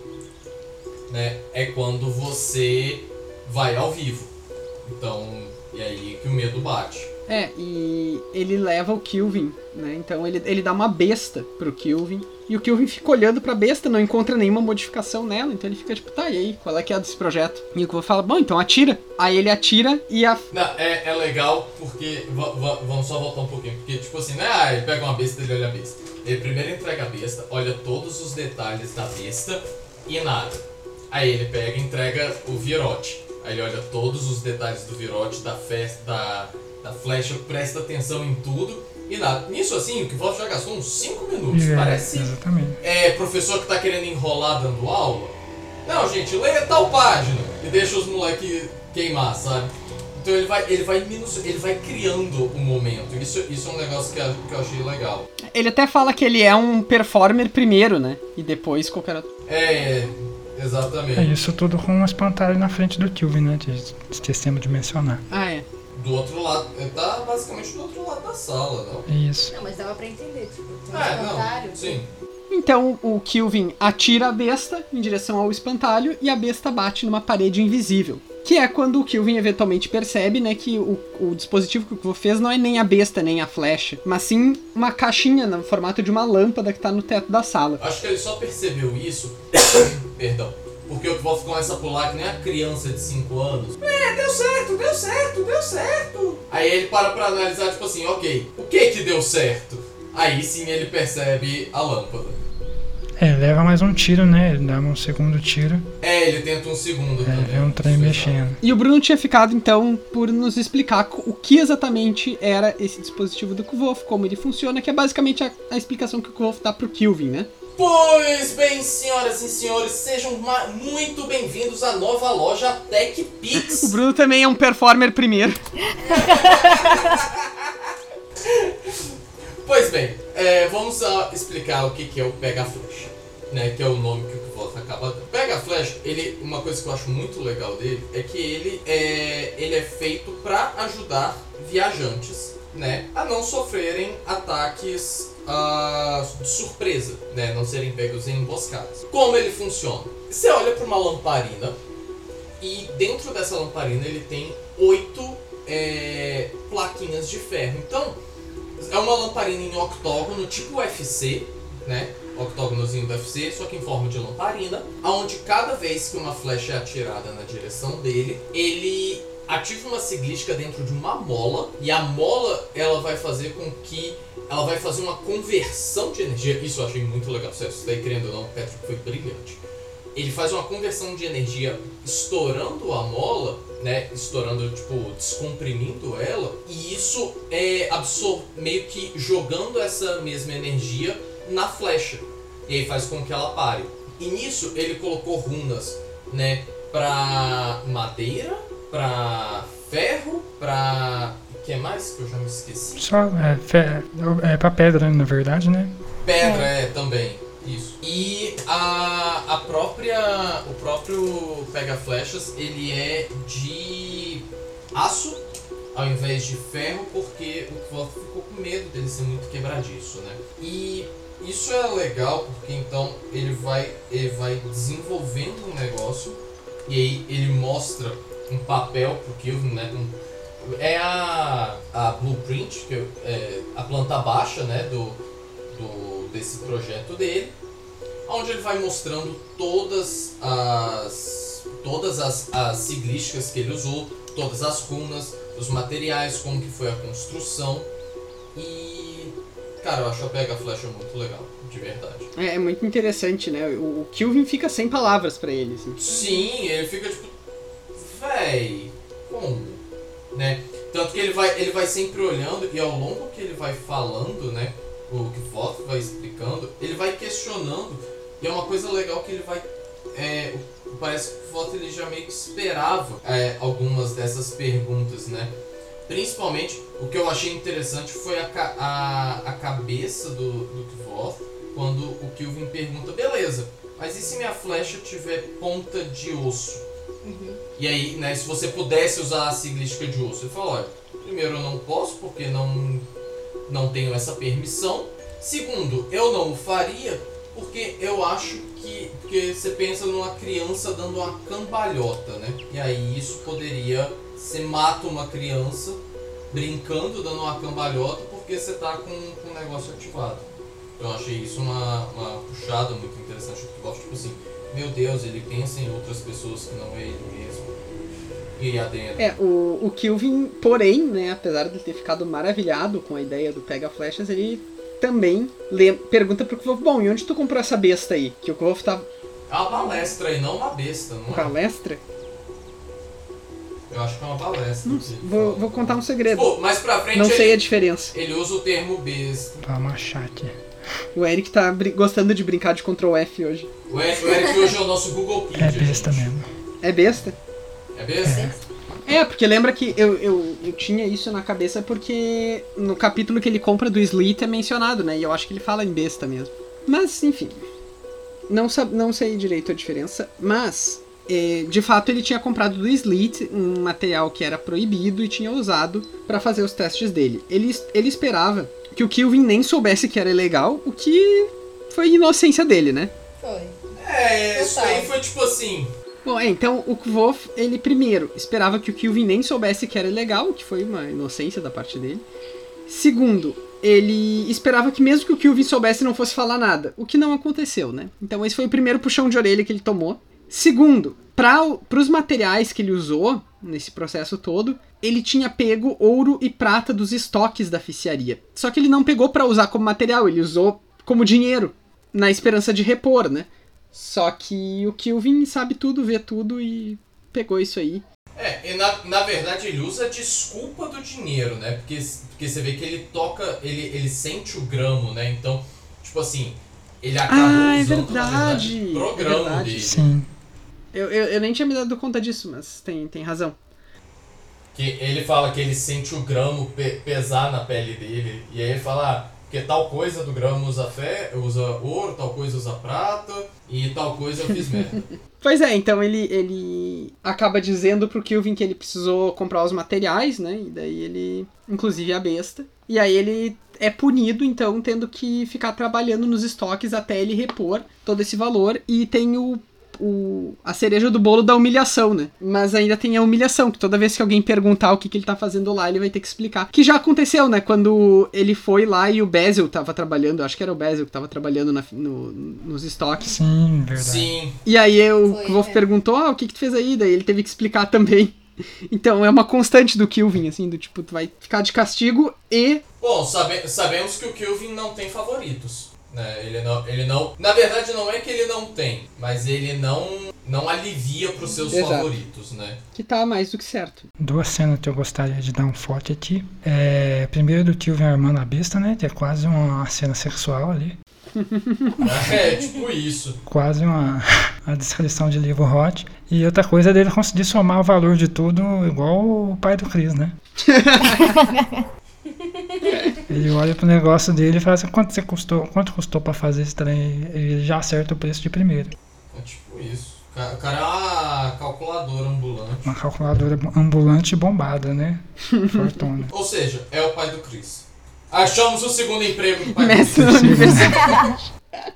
né, é quando você vai ao vivo. Então, e aí que o medo bate. E ele leva o Kylvin, né? Então ele dá uma besta pro Kylvin. E o Kylvin fica olhando pra besta, não encontra nenhuma modificação nela. Então ele fica tipo, tá, e aí? Qual é que é desse projeto? E o Kvoth fala, bom, então atira. Aí ele atira e Não, é legal porque... Vamos só voltar um pouquinho. Porque, tipo assim, né? Ele pega uma besta e ele olha a besta. Ele primeiro entrega a besta, olha todos os detalhes da besta e nada. Aí ele pega e entrega o virote. Aí ele olha todos os detalhes do virote, da festa, da flecha, presta atenção em tudo e nada. Nisso assim, o Kvoth já gastou uns 5 minutos. Parece exatamente. Professor que tá querendo enrolar dando aula. Não, gente, leia tal página e deixa os moleques queimar, sabe? Então ele vai criando o momento. Isso é um negócio que eu achei legal. Ele até fala que ele é um performer primeiro, né? E depois qualquer outro. Exatamente. Isso tudo com um espantalho na frente do Kylvin, né? Esquecemos de mencionar. Do outro lado, ele tá basicamente do outro lado da sala, não? Isso. Não, mas dava pra entender, tipo, tem um espantalho. Não, sim. Então o Kylvin atira a besta em direção ao espantalho e a besta bate numa parede invisível. Que é quando o Kylvin eventualmente percebe, né, que o dispositivo que o Kvoth fez não é nem a besta, nem a flecha, mas sim uma caixinha no formato de uma lâmpada que tá no teto da sala. Acho que ele só percebeu isso, perdão, porque o Kvoth começa a pular que nem a criança de 5 anos. Deu certo. Aí ele para pra analisar, tipo assim, ok, o que deu certo? Aí sim ele percebe a lâmpada. Ele leva mais um tiro, né? Ele dá um segundo tiro. Ele tenta um segundo também. É um trem mexendo. E o Bruno tinha ficado, então, por nos explicar o que exatamente era esse dispositivo do Kvoth, como ele funciona, que é basicamente a explicação que o Kvoth dá pro Kylvin, né? Pois bem, senhoras e senhores, sejam muito bem-vindos à nova loja TechPix. O Bruno também é um performer primeiro. Pois bem, vamos explicar o que é o Pega-Flecha, né, que é o nome que o Kvoth acaba dando. Pega-Flecha, uma coisa que eu acho muito legal dele é que ele é feito para ajudar viajantes, né, a não sofrerem ataques de surpresa, né, não serem pegos em emboscadas. Como ele funciona? Você olha para uma lamparina e dentro dessa lamparina ele tem 8 plaquinhas de ferro. Então, é uma lamparina em octógono, tipo UFC, né? Octógonozinho do UFC, só que em forma de lamparina, onde cada vez que uma flecha é atirada na direção dele, ele ativa uma siglística dentro de uma mola, e a mola, ela vai fazer uma conversão de energia. Isso eu achei muito legal, se você está querendo ou não, o Patrick foi brilhante. Ele faz uma conversão de energia estourando a mola né, estourando, tipo, descomprimindo ela, e isso meio que jogando essa mesma energia na flecha, e aí faz com que ela pare. E nisso ele colocou runas, né, pra madeira, pra ferro, pra... o que mais que eu já me esqueci? Só pra pedra, na verdade, né? Pedra, também. Isso. E o próprio pega-flechas, ele é de aço ao invés de ferro, porque o Kvoth ficou com medo dele ser muito quebradiço, né? E isso é legal, porque então ele vai desenvolvendo um negócio, e aí ele mostra um papel pro Killvin, né? É a blueprint, que é a planta baixa, né, desse projeto dele, onde ele vai mostrando todas as siglísticas que ele usou, todas as runas, os materiais, como que foi a construção. E, cara, eu acho a pega-flecha muito legal, de verdade. É muito interessante, né? O Killvin fica sem palavras pra ele, assim. Sim, ele fica tipo, véi, como? Né? Tanto que ele vai sempre olhando, e ao longo que ele vai falando, né, o que o Kvoth vai explicando, ele vai questionando, e é uma coisa legal que ele vai... parece que o Kvoth ele já meio que esperava algumas dessas perguntas, né? Principalmente, o que eu achei interessante foi a cabeça do Kvoth, quando o Killvin pergunta, beleza, mas e se minha flecha tiver ponta de osso? Uhum. E aí, né, se você pudesse usar a siglística de osso, ele fala, olha, primeiro eu não posso porque não tenho essa permissão. Segundo, eu não o faria porque eu acho que... Porque você pensa numa criança dando uma cambalhota, né? E aí isso poderia... Você mata uma criança brincando, dando uma cambalhota, porque você tá com um negócio ativado. Então eu achei isso uma puxada muito interessante. Tipo assim, meu Deus, ele pensa em outras pessoas que não é ele mesmo. E adentro. O Killvin, porém, né, apesar de ter ficado maravilhado com a ideia do pega-flechas, ele também pergunta pro Kvoth, bom, e onde tu comprou essa besta aí? Que o Kvoth tá... É uma palestra e não uma besta, não é? Palestra? Eu acho que é uma palestra. Vou contar um segredo. Pô, mais pra frente não sei a diferença. Ele usa o termo besta. Vamos achar aqui. O Eric tá gostando de brincar de Ctrl F hoje. O Eric hoje é o nosso Google Pedia. É besta gente. mesmo. É besta? É besta? Porque lembra que eu tinha isso na cabeça porque no capítulo que ele compra do Sleet é mencionado, né? E eu acho que ele fala em besta mesmo. Mas, enfim. Não sei direito a diferença, mas... de fato ele tinha comprado do Sleet um material que era proibido e tinha usado pra fazer os testes dele. Ele esperava que o Killvin nem soubesse que era ilegal, o que foi inocência dele, né? Foi. Isso aí foi tipo assim... Bom, então o Kvoth, ele primeiro esperava que o Killvin nem soubesse que era ilegal, o que foi uma inocência da parte dele. Segundo, ele esperava que mesmo que o Killvin soubesse não fosse falar nada, o que não aconteceu, né? Então esse foi o primeiro puxão de orelha que ele tomou. Segundo, para os materiais que ele usou nesse processo todo, ele tinha pego ouro e prata dos estoques da ficiaria. Só que ele não pegou para usar como material, ele usou como dinheiro, na esperança de repor, né? Só que o Killvin sabe tudo, vê tudo e pegou isso aí. E na verdade ele usa a desculpa do dinheiro, né? Porque você vê que ele toca, ele sente o gramo, né? Então, tipo assim, ele acaba usando, na verdade, o programa dele. Sim. Eu nem tinha me dado conta disso, mas tem razão. Que ele fala que ele sente o gramo pesar na pele dele. E aí ele fala, porque tal coisa do gramo usa ouro, tal coisa usa prata, e tal coisa eu fiz merda. Pois é, então ele acaba dizendo pro Killvin que ele precisou comprar os materiais, né? E daí ele, inclusive a besta. E aí ele é punido, então, tendo que ficar trabalhando nos estoques até ele repor todo esse valor. E tem a cereja do bolo da humilhação, né? Mas ainda tem a humilhação, que toda vez que alguém perguntar o que ele tá fazendo lá, ele vai ter que explicar. Que já aconteceu, né? Quando ele foi lá e o Basil tava trabalhando, acho que era o Basil que tava trabalhando nos estoques. Sim, verdade. Sim. E aí o Kvoth perguntou, o que tu fez aí? Daí ele teve que explicar também. Então é uma constante do Killvin, assim, do tipo, tu vai ficar de castigo e... Bom, sabemos que o Killvin não tem favoritos. Né? Ele não. Na verdade, não é que ele não tem, mas ele não alivia pros seus favoritos, né? Que tá mais do que certo. 2 cenas que eu gostaria de dar um forte aqui. Primeiro do Kilvin armando a besta, né? Que é quase uma cena sexual ali. Tipo isso. Quase uma descrição de livro hot. E outra coisa é dele conseguir somar o valor de tudo igual o pai do Chris, né? Ele olha pro negócio dele e fala assim, quanto custou pra fazer esse trem? Ele já acerta o preço de primeiro. É tipo isso. O cara é uma calculadora ambulante. Uma calculadora ambulante bombada, né? Fortuna. Ou seja, é o pai do Chris. Achamos o segundo emprego do pai Mestre do da Chris. universidade.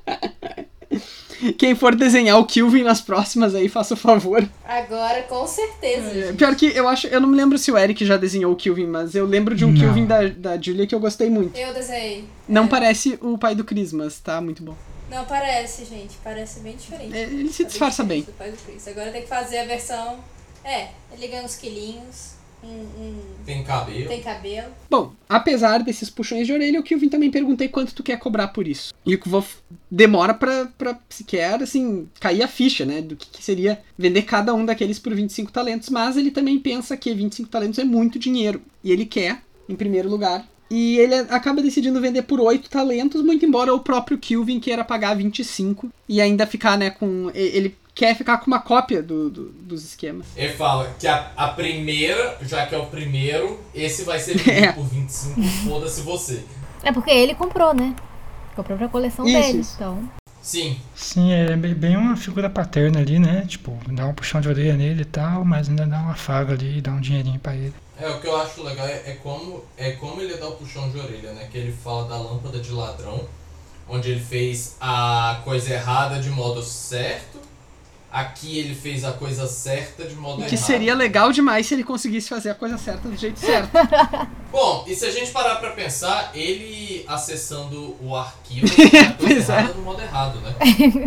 Quem for desenhar o Kilvin nas próximas aí, faça o favor. Agora, com certeza. gente. Pior que eu não me lembro se o Eric já desenhou o Kilvin, mas eu lembro de um Não. Kilvin da Julia que eu gostei muito. Eu desenhei. Não parece o pai do Chris, mas tá muito bom. Não, parece, gente. Parece bem diferente. Ele se disfarça bem. Do pai do Chris. Agora tem que fazer a versão... ele ganha uns quilinhos. Tem cabelo. Tem cabelo. Bom, apesar desses puxões de orelha, o Kilvin também perguntei quanto tu quer cobrar por isso. E o Kvolf demora pra sequer, assim, cair a ficha, né? Do que seria vender cada um daqueles por 25 talentos. Mas ele também pensa que 25 talentos é muito dinheiro. E ele quer, em primeiro lugar. E ele acaba decidindo vender por 8 talentos, muito embora o próprio Kilvin queira pagar 25. E ainda ficar, né, com... Ele quer ficar com uma cópia dos esquemas. Ele fala que a primeira, já que é o primeiro, esse vai ser vendido por 25, foda-se você. É porque ele comprou, né? Comprou pra coleção dele, então... Sim. Sim, é bem uma figura paterna ali, né? Tipo, dá um puxão de orelha nele e tal, mas ainda dá uma faga ali e dá um dinheirinho pra ele. O que eu acho legal é como ele dá o puxão de orelha, né? Que ele fala da lâmpada de ladrão, onde ele fez a coisa errada de modo certo. Aqui ele fez a coisa certa de modo errado. Que seria legal demais se ele conseguisse fazer a coisa certa do jeito certo. Bom, e se a gente parar pra pensar, ele acessando o arquivo é a coisa errada do modo errado, né?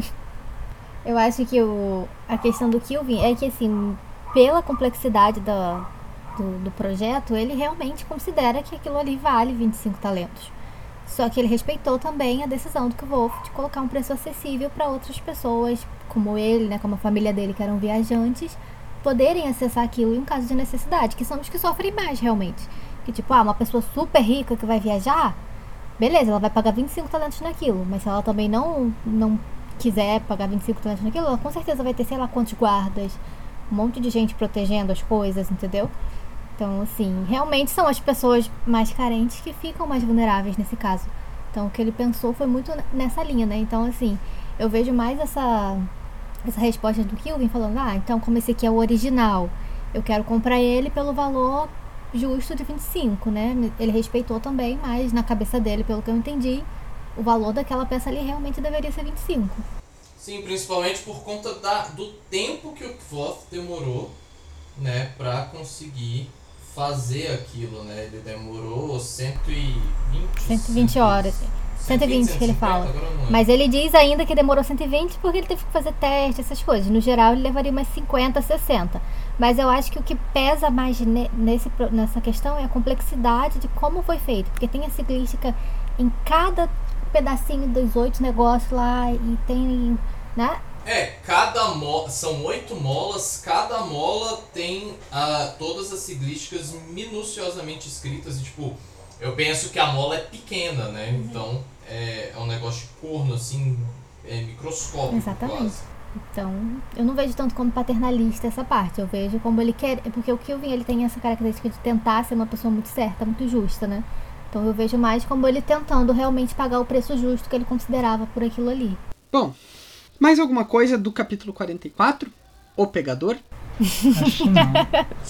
Eu acho que a questão do Kilvin é que, assim, pela complexidade do projeto, ele realmente considera que aquilo ali vale 25 talentos. Só que ele respeitou também a decisão do Kvolf de colocar um preço acessível para outras pessoas, como ele, né, como a família dele, que eram viajantes, poderem acessar aquilo em um caso de necessidade, que são os que sofrem mais realmente. Que tipo, uma pessoa super rica que vai viajar, beleza, ela vai pagar 25 talentos naquilo, mas se ela também não quiser pagar 25 talentos naquilo, ela com certeza vai ter sei lá quantos guardas, um monte de gente protegendo as coisas, entendeu? Então, assim, realmente são as pessoas mais carentes que ficam mais vulneráveis nesse caso. Então, o que ele pensou foi muito nessa linha, né? Então, assim, eu vejo mais essa resposta do Kilvin falando, então, como esse aqui é o original, eu quero comprar ele pelo valor justo de 25, né? Ele respeitou também, mas na cabeça dele, pelo que eu entendi, o valor daquela peça ali realmente deveria ser 25. Sim, principalmente por conta do tempo que o Kvolf demorou, né, pra conseguir fazer aquilo, né? Ele demorou 120 horas. 120 que ele fala. Mas ele diz ainda que demorou 120 porque ele teve que fazer teste, essas coisas. No geral, ele levaria umas 50, 60. Mas eu acho que o que pesa mais nessa questão é a complexidade de como foi feito. Porque tem a ciclística em cada pedacinho dos 8 negócios lá e tem, né? São 8 molas, cada mola tem todas as siglísticas minuciosamente escritas e, tipo, eu penso que a mola é pequena, né? Então é um negócio de corno, assim, microscópico. Exatamente. Quase. Então, eu não vejo tanto como paternalista essa parte, eu vejo como ele quer, porque o Kilvin, ele tem essa característica de tentar ser uma pessoa muito certa, muito justa, né? Então eu vejo mais como ele tentando realmente pagar o preço justo que ele considerava por aquilo ali. Bom, mais alguma coisa do capítulo 44? O Pegador? Acho que não.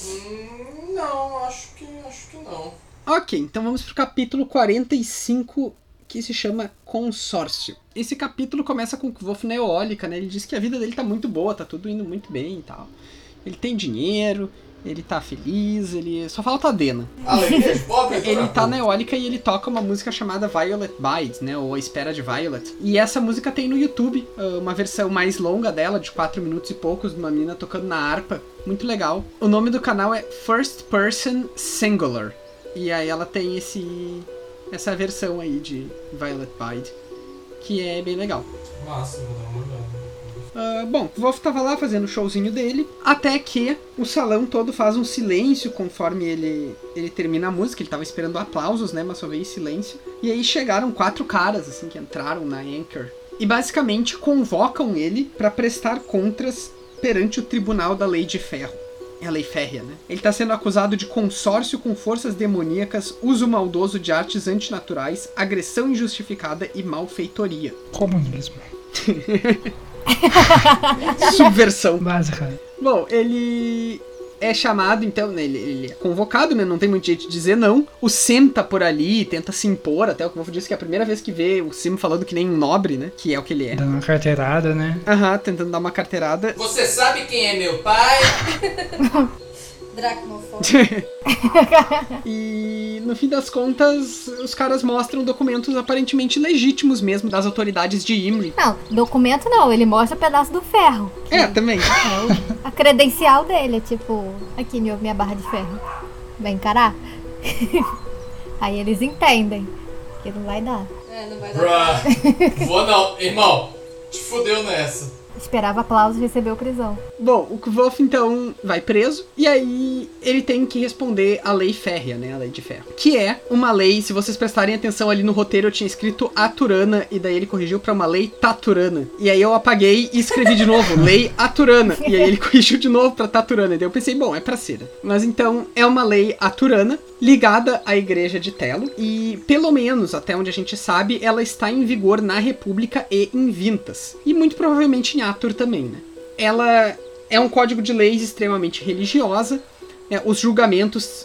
Não, acho que não. Ok, então vamos pro capítulo 45, que se chama Consórcio. Esse capítulo começa com o Kvolf na eólica, né? Ele diz que a vida dele tá muito boa, tá tudo indo muito bem e tal. Ele tem dinheiro, ele tá feliz, ele... Só falta a Dena. Alegria de pobre, Ele tá na eólica e ele toca uma música chamada Violet Bides, né? Ou A Espera de Violet. E essa música tem no YouTube, uma versão mais longa dela, de 4 minutos e poucos, de uma menina tocando na harpa. Muito legal. O nome do canal é First Person Singular. E aí ela tem essa versão aí de Violet Bide. que é bem legal. Massa, vou dar uma olhada. Bom, o Wolf tava lá fazendo o showzinho dele, até que o salão todo faz um silêncio conforme ele termina a música. Ele tava esperando aplausos, né, mas só veio silêncio. E aí chegaram 4 caras, assim, que entraram na Anchor e basicamente convocam ele pra prestar contas perante o Tribunal da Lei de Ferro. É a Lei Férrea, né? Ele tá sendo acusado de consórcio com forças demoníacas, uso maldoso de artes antinaturais, agressão injustificada e malfeitoria. Comunismo. Subversão. Basicamente. Bom, ele é chamado, então, né, ele é convocado, né? Não tem muito jeito de dizer não. O Sim tá por ali, tenta se impor, até o que eu disse que é a primeira vez que vê o Sim falando que nem um nobre, né? Que é o que ele é. Dando uma carteirada, né? Tentando dar uma carteirada. Você sabe quem é meu pai? Dracnofóbico. E no fim das contas, os caras mostram documentos aparentemente legítimos mesmo das autoridades de Imri. Não, documento não, ele mostra um pedaço do ferro. Também. A credencial dele é tipo, aqui minha barra de ferro. Vai encarar? Aí eles entendem que não vai dar. Não vai dar. Vou não, irmão. Te fudeu nessa. Esperava aplausos e recebeu prisão. Bom, o Kvolf então vai preso e aí ele tem que responder à Lei Férrea, né, a Lei de Ferro. Que é uma lei, se vocês prestarem atenção ali no roteiro, eu tinha escrito Aturana e daí ele corrigiu pra uma Lei Taturana. E aí eu apaguei e escrevi de novo, Lei Aturana. E aí ele corrigiu de novo pra Taturana. E daí eu pensei, bom, é pra ser. Mas então é uma Lei Aturana ligada à Igreja de Telo e, pelo menos, até onde a gente sabe, ela está em vigor na República e em Vintas. E muito provavelmente em Atur também, né? Ela é um código de leis extremamente religiosa. Os julgamentos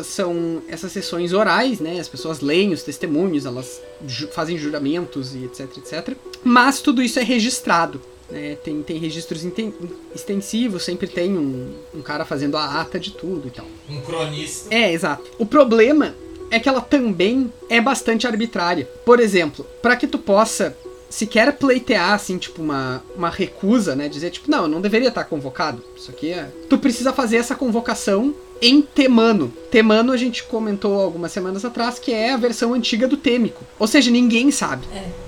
são essas sessões orais, né? As pessoas leem os testemunhos, elas fazem juramentos e etc, etc. Mas tudo isso é registrado. Tem registros extensivos, sempre tem um cara fazendo a ata de tudo e tal. Um cronista. Exato. O problema é que ela também é bastante arbitrária. Por exemplo, para que tu possa sequer pleitear, assim, tipo, uma recusa, né? Dizer, tipo, não, eu não deveria estar convocado. Isso aqui é... Tu precisa fazer essa convocação em Temano. Temano a gente comentou algumas semanas atrás que é a versão antiga do Têmico. Ou seja, ninguém sabe.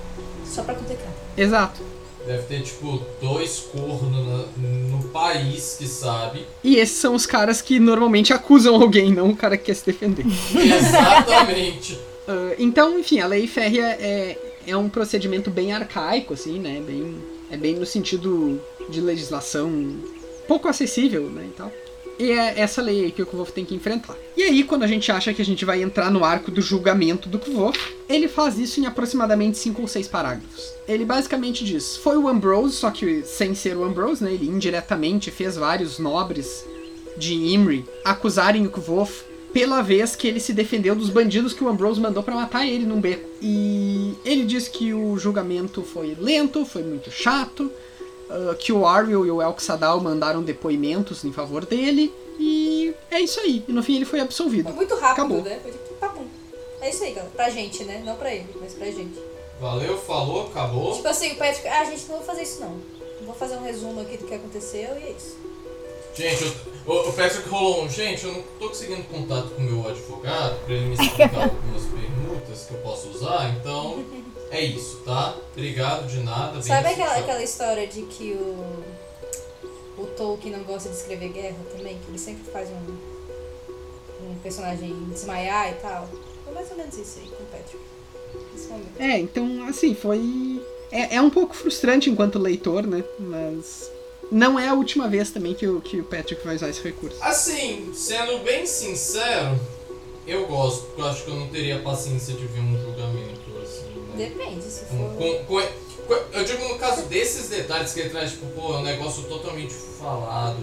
Só pra complicar. Exato. Deve ter, tipo, 2 cornos no país que sabe. E esses são os caras que normalmente acusam alguém, não o cara que quer se defender. Exatamente. Então, enfim, a Lei Férrea é um procedimento bem arcaico, assim, né? Bem no sentido de legislação pouco acessível, né, e tal. E é essa lei aí que o Kvolf tem que enfrentar. E aí, quando a gente acha que a gente vai entrar no arco do julgamento do Kvolf, ele faz isso em aproximadamente 5 ou 6 parágrafos. Ele basicamente diz, foi o Ambrose, só que sem ser o Ambrose, né, ele indiretamente fez vários nobres de Imri acusarem o Kvolf pela vez que ele se defendeu dos bandidos que o Ambrose mandou pra matar ele num beco. E ele diz que o julgamento foi lento, foi muito chato, que o Ariel e o Elk Sadal mandaram depoimentos em favor dele, e é isso aí. E no fim ele foi absolvido. Foi muito rápido, Acabou. né? Foi tipo, tá bom. É isso aí, galera. Pra gente, né? Não pra ele, mas pra gente. Valeu, falou, acabou. Tipo assim, o Patrick, a gente não vai fazer isso não. Vou fazer um resumo aqui do que aconteceu e é isso. Gente, o Patrick rolou gente, eu não tô conseguindo contato com o meu advogado pra ele me explicar algumas perguntas que eu posso usar, então é isso, tá? Obrigado de nada. Sabe aquela história de que o Tolkien não gosta de escrever guerra também? Que ele sempre faz um personagem desmaiar e tal? Foi mais ou menos isso aí com o Patrick. Nesse momento. Então, assim, foi... É um pouco frustrante enquanto leitor, né? Mas... não é a última vez também que o Patrick vai usar esse recurso. Assim, sendo bem sincero, eu gosto, porque eu acho que eu não teria paciência de ver um julgamento assim, né? Depende, se for... Eu digo no caso desses detalhes que ele traz, tipo, pô, é um negócio totalmente falado,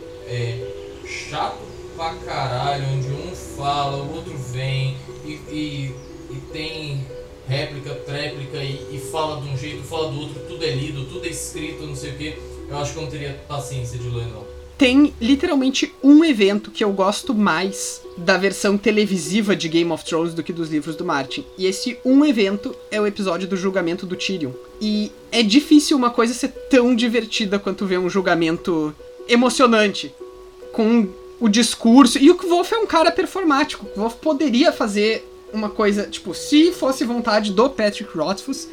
chato pra caralho, onde um fala, o outro vem e tem réplica, tréplica e fala de um jeito, fala do outro, tudo é lido, tudo é escrito, não sei o que. Eu acho que eu não teria paciência de ler, não. Tem literalmente um evento que eu gosto mais da versão televisiva de Game of Thrones do que dos livros do Martin. E esse um evento é o episódio do julgamento do Tyrion. E é difícil uma coisa ser tão divertida quanto ver um julgamento emocionante. Com o discurso... E o Kvolf é um cara performático. O Kvolf poderia fazer uma coisa... Tipo, se fosse vontade do Patrick Rothfuss,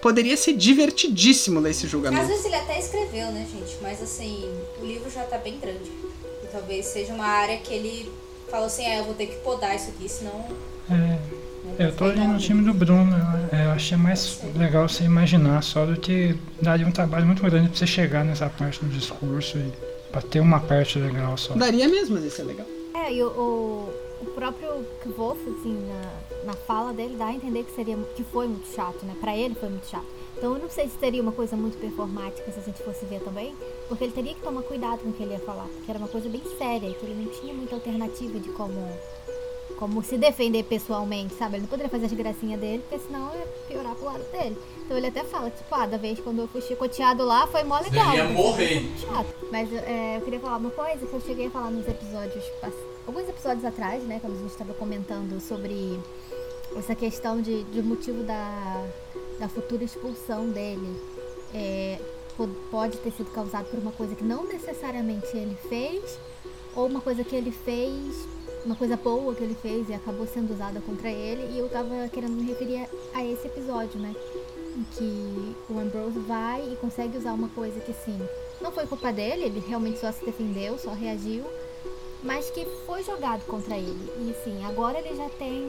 poderia ser divertidíssimo ler esse julgamento. Às vezes ele até escreveu, né, gente? Mas assim, o livro já tá bem grande. E talvez seja uma área que ele falou assim, eu vou ter que podar isso aqui, senão... Eu tô ali no time do Bruno, eu achei mais legal você imaginar só do que daria um trabalho muito grande pra você chegar nessa parte do discurso e pra ter uma parte legal só. Daria mesmo, mas isso é legal. E o próprio Kvof, assim, na fala dele, dá a entender que foi muito chato, né? Pra ele foi muito chato. Então eu não sei se seria uma coisa muito performática se a gente fosse ver também, porque ele teria que tomar cuidado com o que ele ia falar, porque era uma coisa bem séria e que ele não tinha muita alternativa de como se defender pessoalmente, sabe? Ele não poderia fazer as gracinhas dele, porque senão ia piorar pro lado dele. Então ele até fala, tipo, da vez quando eu fui chicoteado lá, foi mó legal. Ele ia morrer. Mas eu queria falar uma coisa que eu cheguei a falar nos episódios, alguns episódios atrás, né, quando a gente estava comentando sobre essa questão de motivo da futura expulsão dele. Pode ter sido causado por uma coisa que não necessariamente ele fez, ou uma coisa que ele fez, uma coisa boa que ele fez e acabou sendo usada contra ele. E eu tava querendo me referir a esse episódio, né, em que o Ambrose vai e consegue usar uma coisa que, assim, não foi culpa dele, ele realmente só se defendeu, só reagiu, mas que foi jogado contra ele. E, assim, agora ele já tem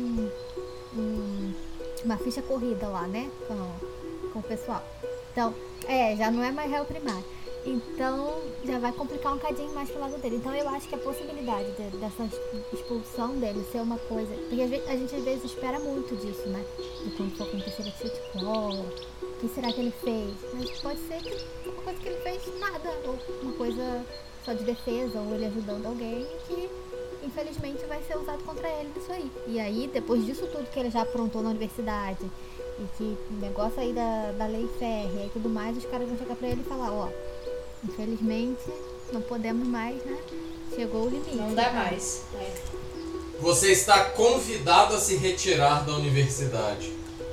uma ficha corrida lá, né, com o pessoal. Então, já não é mais réu primário. Então, já vai complicar um cadinho mais pro lado dele. Então, eu acho que a possibilidade dessa expulsão dele ser uma coisa... Porque a gente, às vezes, espera muito disso, né? De quando for acontecer aquilo, tipo, o que será que ele fez? Mas pode ser que uma coisa que ele fez nada. Ou uma coisa só de defesa, ou ele ajudando alguém que, infelizmente, vai ser usado contra ele disso aí. E aí, depois disso tudo que ele já aprontou na universidade, e que o negócio aí da lei férrea e tudo mais, os caras vão chegar pra ele e falar, infelizmente, não podemos mais, né? Chegou o limite. Não dá mais. Você está convidado a se retirar da universidade.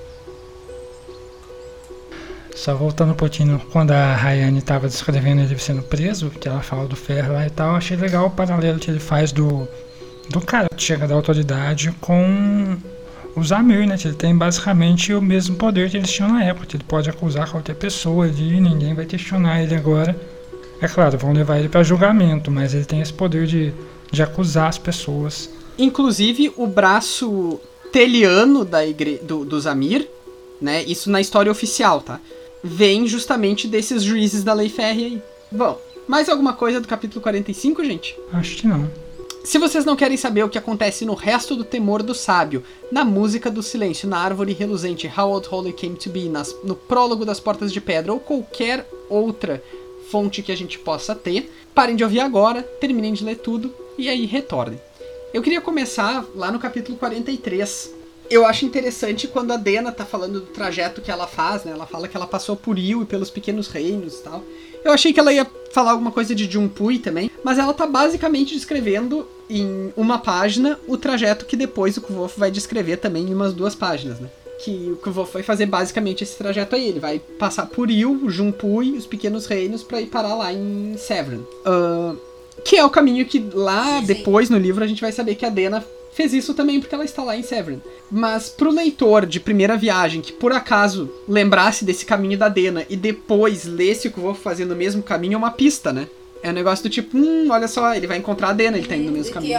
Só voltando um pouquinho, quando a Rayane estava descrevendo ele sendo preso, que ela fala do ferro lá e tal, eu achei legal o paralelo que ele faz do cara que chega da autoridade com o Zamir, né? Que ele tem basicamente o mesmo poder que eles tinham na época. Ele pode acusar qualquer pessoa ali, ninguém vai questionar ele agora. É claro, vão levar ele para julgamento, mas ele tem esse poder de acusar as pessoas. Inclusive, o braço teliano do Zamir, né? Isso na história oficial, tá? Vem justamente desses juízes da lei férrea aí. Bom, mais alguma coisa do capítulo 45, gente? Acho que não. Se vocês não querem saber o que acontece no resto do Temor do Sábio, na música do silêncio, na árvore reluzente, How Old Holy Came to Be, no prólogo das Portas de Pedra ou qualquer outra fonte que a gente possa ter, parem de ouvir agora, terminem de ler tudo e aí retornem. Eu queria começar lá no capítulo 43. Eu acho interessante quando a Dena tá falando do trajeto que ela faz, né? Ela fala que ela passou por Yu e pelos pequenos reinos e tal. Eu achei que ela ia falar alguma coisa de Junpui também, mas ela tá basicamente descrevendo em uma página o trajeto que depois o Kvof vai descrever também em umas 2 páginas, né? Que o Kvof vai fazer basicamente esse trajeto aí. Ele vai passar por Yu, Junpui, os pequenos reinos pra ir parar lá em Severin. Que é o caminho que lá depois no livro a gente vai saber que a Dena fez isso também porque ela está lá em Severin. Mas pro leitor de primeira viagem que por acaso lembrasse desse caminho da Dena e depois lesse o que eu vou fazendo o mesmo caminho, é uma pista, né? É um negócio do tipo, olha só, ele vai encontrar a Dena, ele tá indo no mesmo caminho.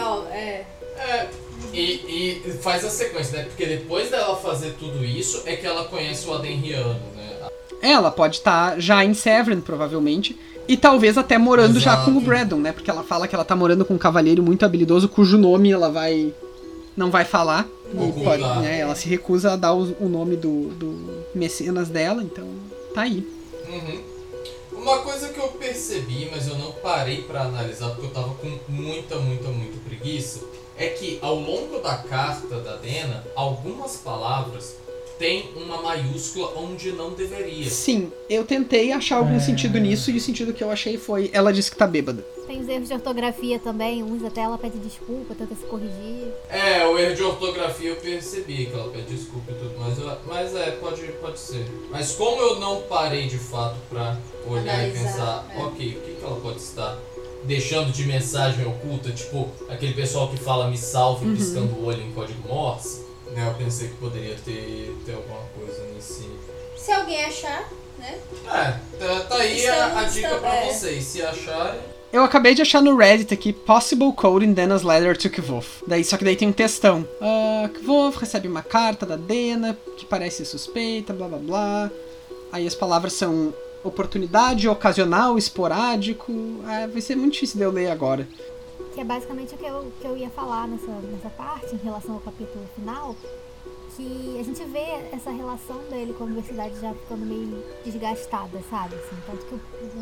E faz a sequência, né? Porque depois dela fazer tudo isso é que ela conhece o Adenriano, né? Ela pode estar já em Severin, provavelmente. E talvez até morando já com o Braddon, né? Porque ela fala que ela tá morando com um cavalheiro muito habilidoso, cujo nome ela não vai falar. E pode, né? Ela se recusa a dar o nome do mecenas dela, então tá aí. Uma coisa que eu percebi, mas eu não parei pra analisar porque eu tava com muita preguiça, é que ao longo da carta da Dena, algumas palavras tem uma maiúscula onde não deveria. Sim, eu tentei achar algum sentido nisso e o sentido que eu achei foi, ela disse que tá bêbada. Tem os erros de ortografia também, uns até ela pede desculpa, tenta se corrigir. O erro de ortografia eu percebi que ela pede desculpa e tudo, mas pode ser. Mas como eu não parei de fato pra olhar analisar, e pensar, o que ela pode estar deixando de mensagem oculta, tipo aquele pessoal que fala me salve piscando o olho em código Morse, né? Eu pensei que poderia ter alguma coisa nesse Se alguém achar, né? Tá aí a dica pra vocês, se acharem. Eu acabei de achar no Reddit aqui, Possible Code in Dena's Letter to Kvoth. Só que daí tem um textão. Kvoth recebe uma carta da Dena, que parece suspeita, blá blá blá. Aí as palavras são oportunidade, ocasional, esporádico. Vai ser muito difícil de eu ler agora. Que é basicamente o que eu ia falar nessa parte, em relação ao capítulo final. Que a gente vê essa relação dele com a universidade já ficando meio desgastada, sabe? Assim, tanto que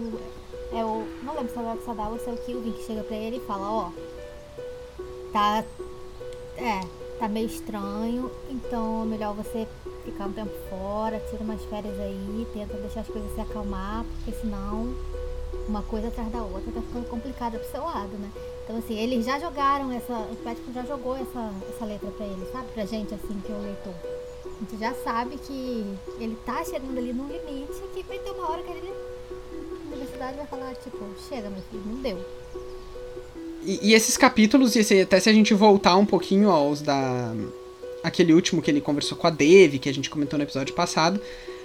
não lembro se é o Xadal ou se é o Kilvin que chega pra ele e fala, tá meio estranho, então é melhor você ficar um tempo fora, tira umas férias aí, tenta deixar as coisas se acalmar, porque senão uma coisa atrás da outra tá ficando complicada pro seu lado, né? Então assim, eles já jogaram o Pético já jogou essa letra pra ele, sabe? Pra gente, assim, que é o leitor. A gente já sabe que ele tá chegando ali num limite, que vai ter uma hora que ele a universidade vai falar, tipo, chega, meu filho, não deu. E esses capítulos, até se a gente voltar um pouquinho aos aquele último que ele conversou com a Devi, que a gente comentou no episódio passado,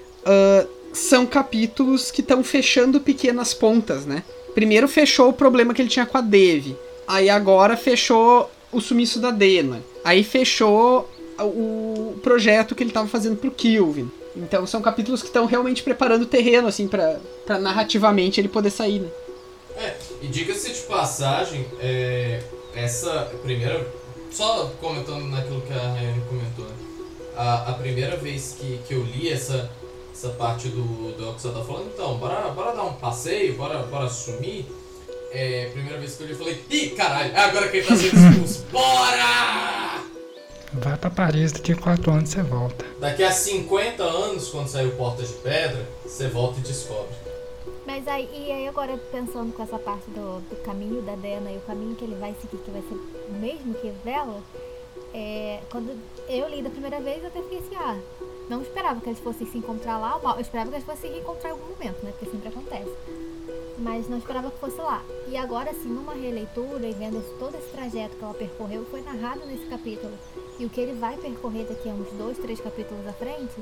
são capítulos que estão fechando pequenas pontas, né? Primeiro fechou o problema que ele tinha com a Devi. Aí agora fechou o sumiço da Dena. Aí fechou o projeto que ele estava fazendo pro Kilvin. Então são capítulos que estão realmente preparando o terreno, assim, pra narrativamente ele poder sair, né? E diga-se de passagem, essa primeira... Só comentando naquilo que a Rayane comentou, né? A primeira vez que eu li essa parte do que você tá falando, então, bora dar um passeio, bora sumir. Primeira vez que eu li, eu falei, ih, caralho, agora que ele tá sendo expulso, bora! Vai pra Paris, daqui a 4 anos você volta. Daqui a 50 anos, quando sair o Portas de Pedra, você volta e descobre. Mas aí agora pensando com essa parte do caminho da Dena e o caminho que ele vai seguir, que vai ser o mesmo que o dela, quando eu li da primeira vez, eu até fiquei assim, não esperava que eles fossem se encontrar lá, eu esperava que eles fossem se reencontrar em algum momento, né, porque sempre acontece. Mas não esperava que fosse lá. E agora, assim, numa releitura e vendo todo esse trajeto que ela percorreu, foi narrado nesse capítulo. E o que ele vai percorrer daqui a uns 2, 3 capítulos à frente,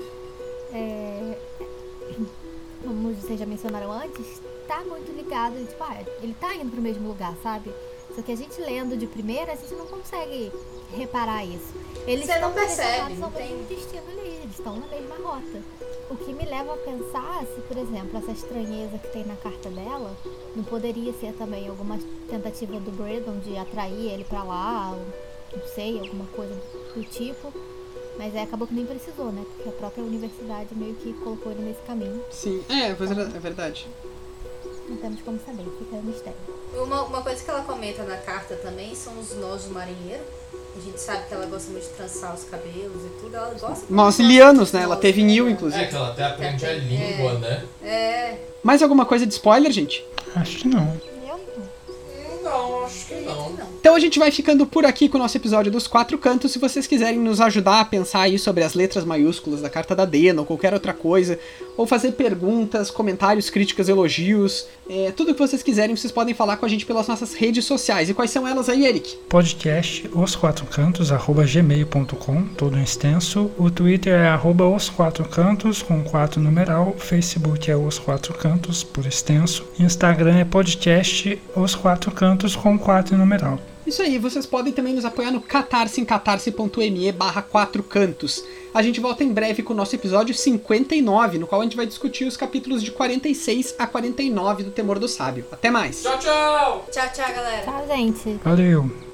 como vocês já mencionaram antes, tá muito ligado, tipo, ele tá indo pro mesmo lugar, sabe? Só que a gente lendo de primeira, a gente não consegue reparar isso. Você não percebe, não tem destino ali, eles estão na mesma rota. O que me leva a pensar se, por exemplo, essa estranheza que tem na carta dela não poderia ser também alguma tentativa do Braddon de atrair ele pra lá, ou, não sei, alguma coisa do tipo. Mas acabou que nem precisou, né? Porque a própria universidade meio que colocou ele nesse caminho. Sim, é verdade. Não temos como saber, fica um mistério. Uma coisa que ela comenta na carta também são os nós do marinheiro. A gente sabe que ela gosta muito de trançar os cabelos e tudo. Ela gosta muito. Nós ilianos, né? Ela teve Nil, inclusive. Que ela até aprende a língua, né? Mais alguma coisa de spoiler, gente? Acho que não. Não, acho que não. Então a gente vai ficando por aqui com o nosso episódio dos 4 Cantos. Se vocês quiserem nos ajudar a pensar aí sobre as letras maiúsculas da carta da Dena ou qualquer outra coisa, ou fazer perguntas, comentários, críticas, elogios, tudo que vocês quiserem, vocês podem falar com a gente pelas nossas redes sociais. E quais são elas aí, Eric? Podcast os4cantos@gmail.com, todo extenso. O Twitter é @os4cantos com 4 numeral. O Facebook é os4cantos por extenso. Instagram é podcast os4cantos com 4 numeral. Isso aí, vocês podem também nos apoiar no Catarse em catarse.me/4cantos. A gente volta em breve com o nosso episódio 59, no qual a gente vai discutir os capítulos de 46 a 49 do Temor do Sábio. Até mais! Tchau, tchau! Tchau, galera! Tchau, gente! Valeu!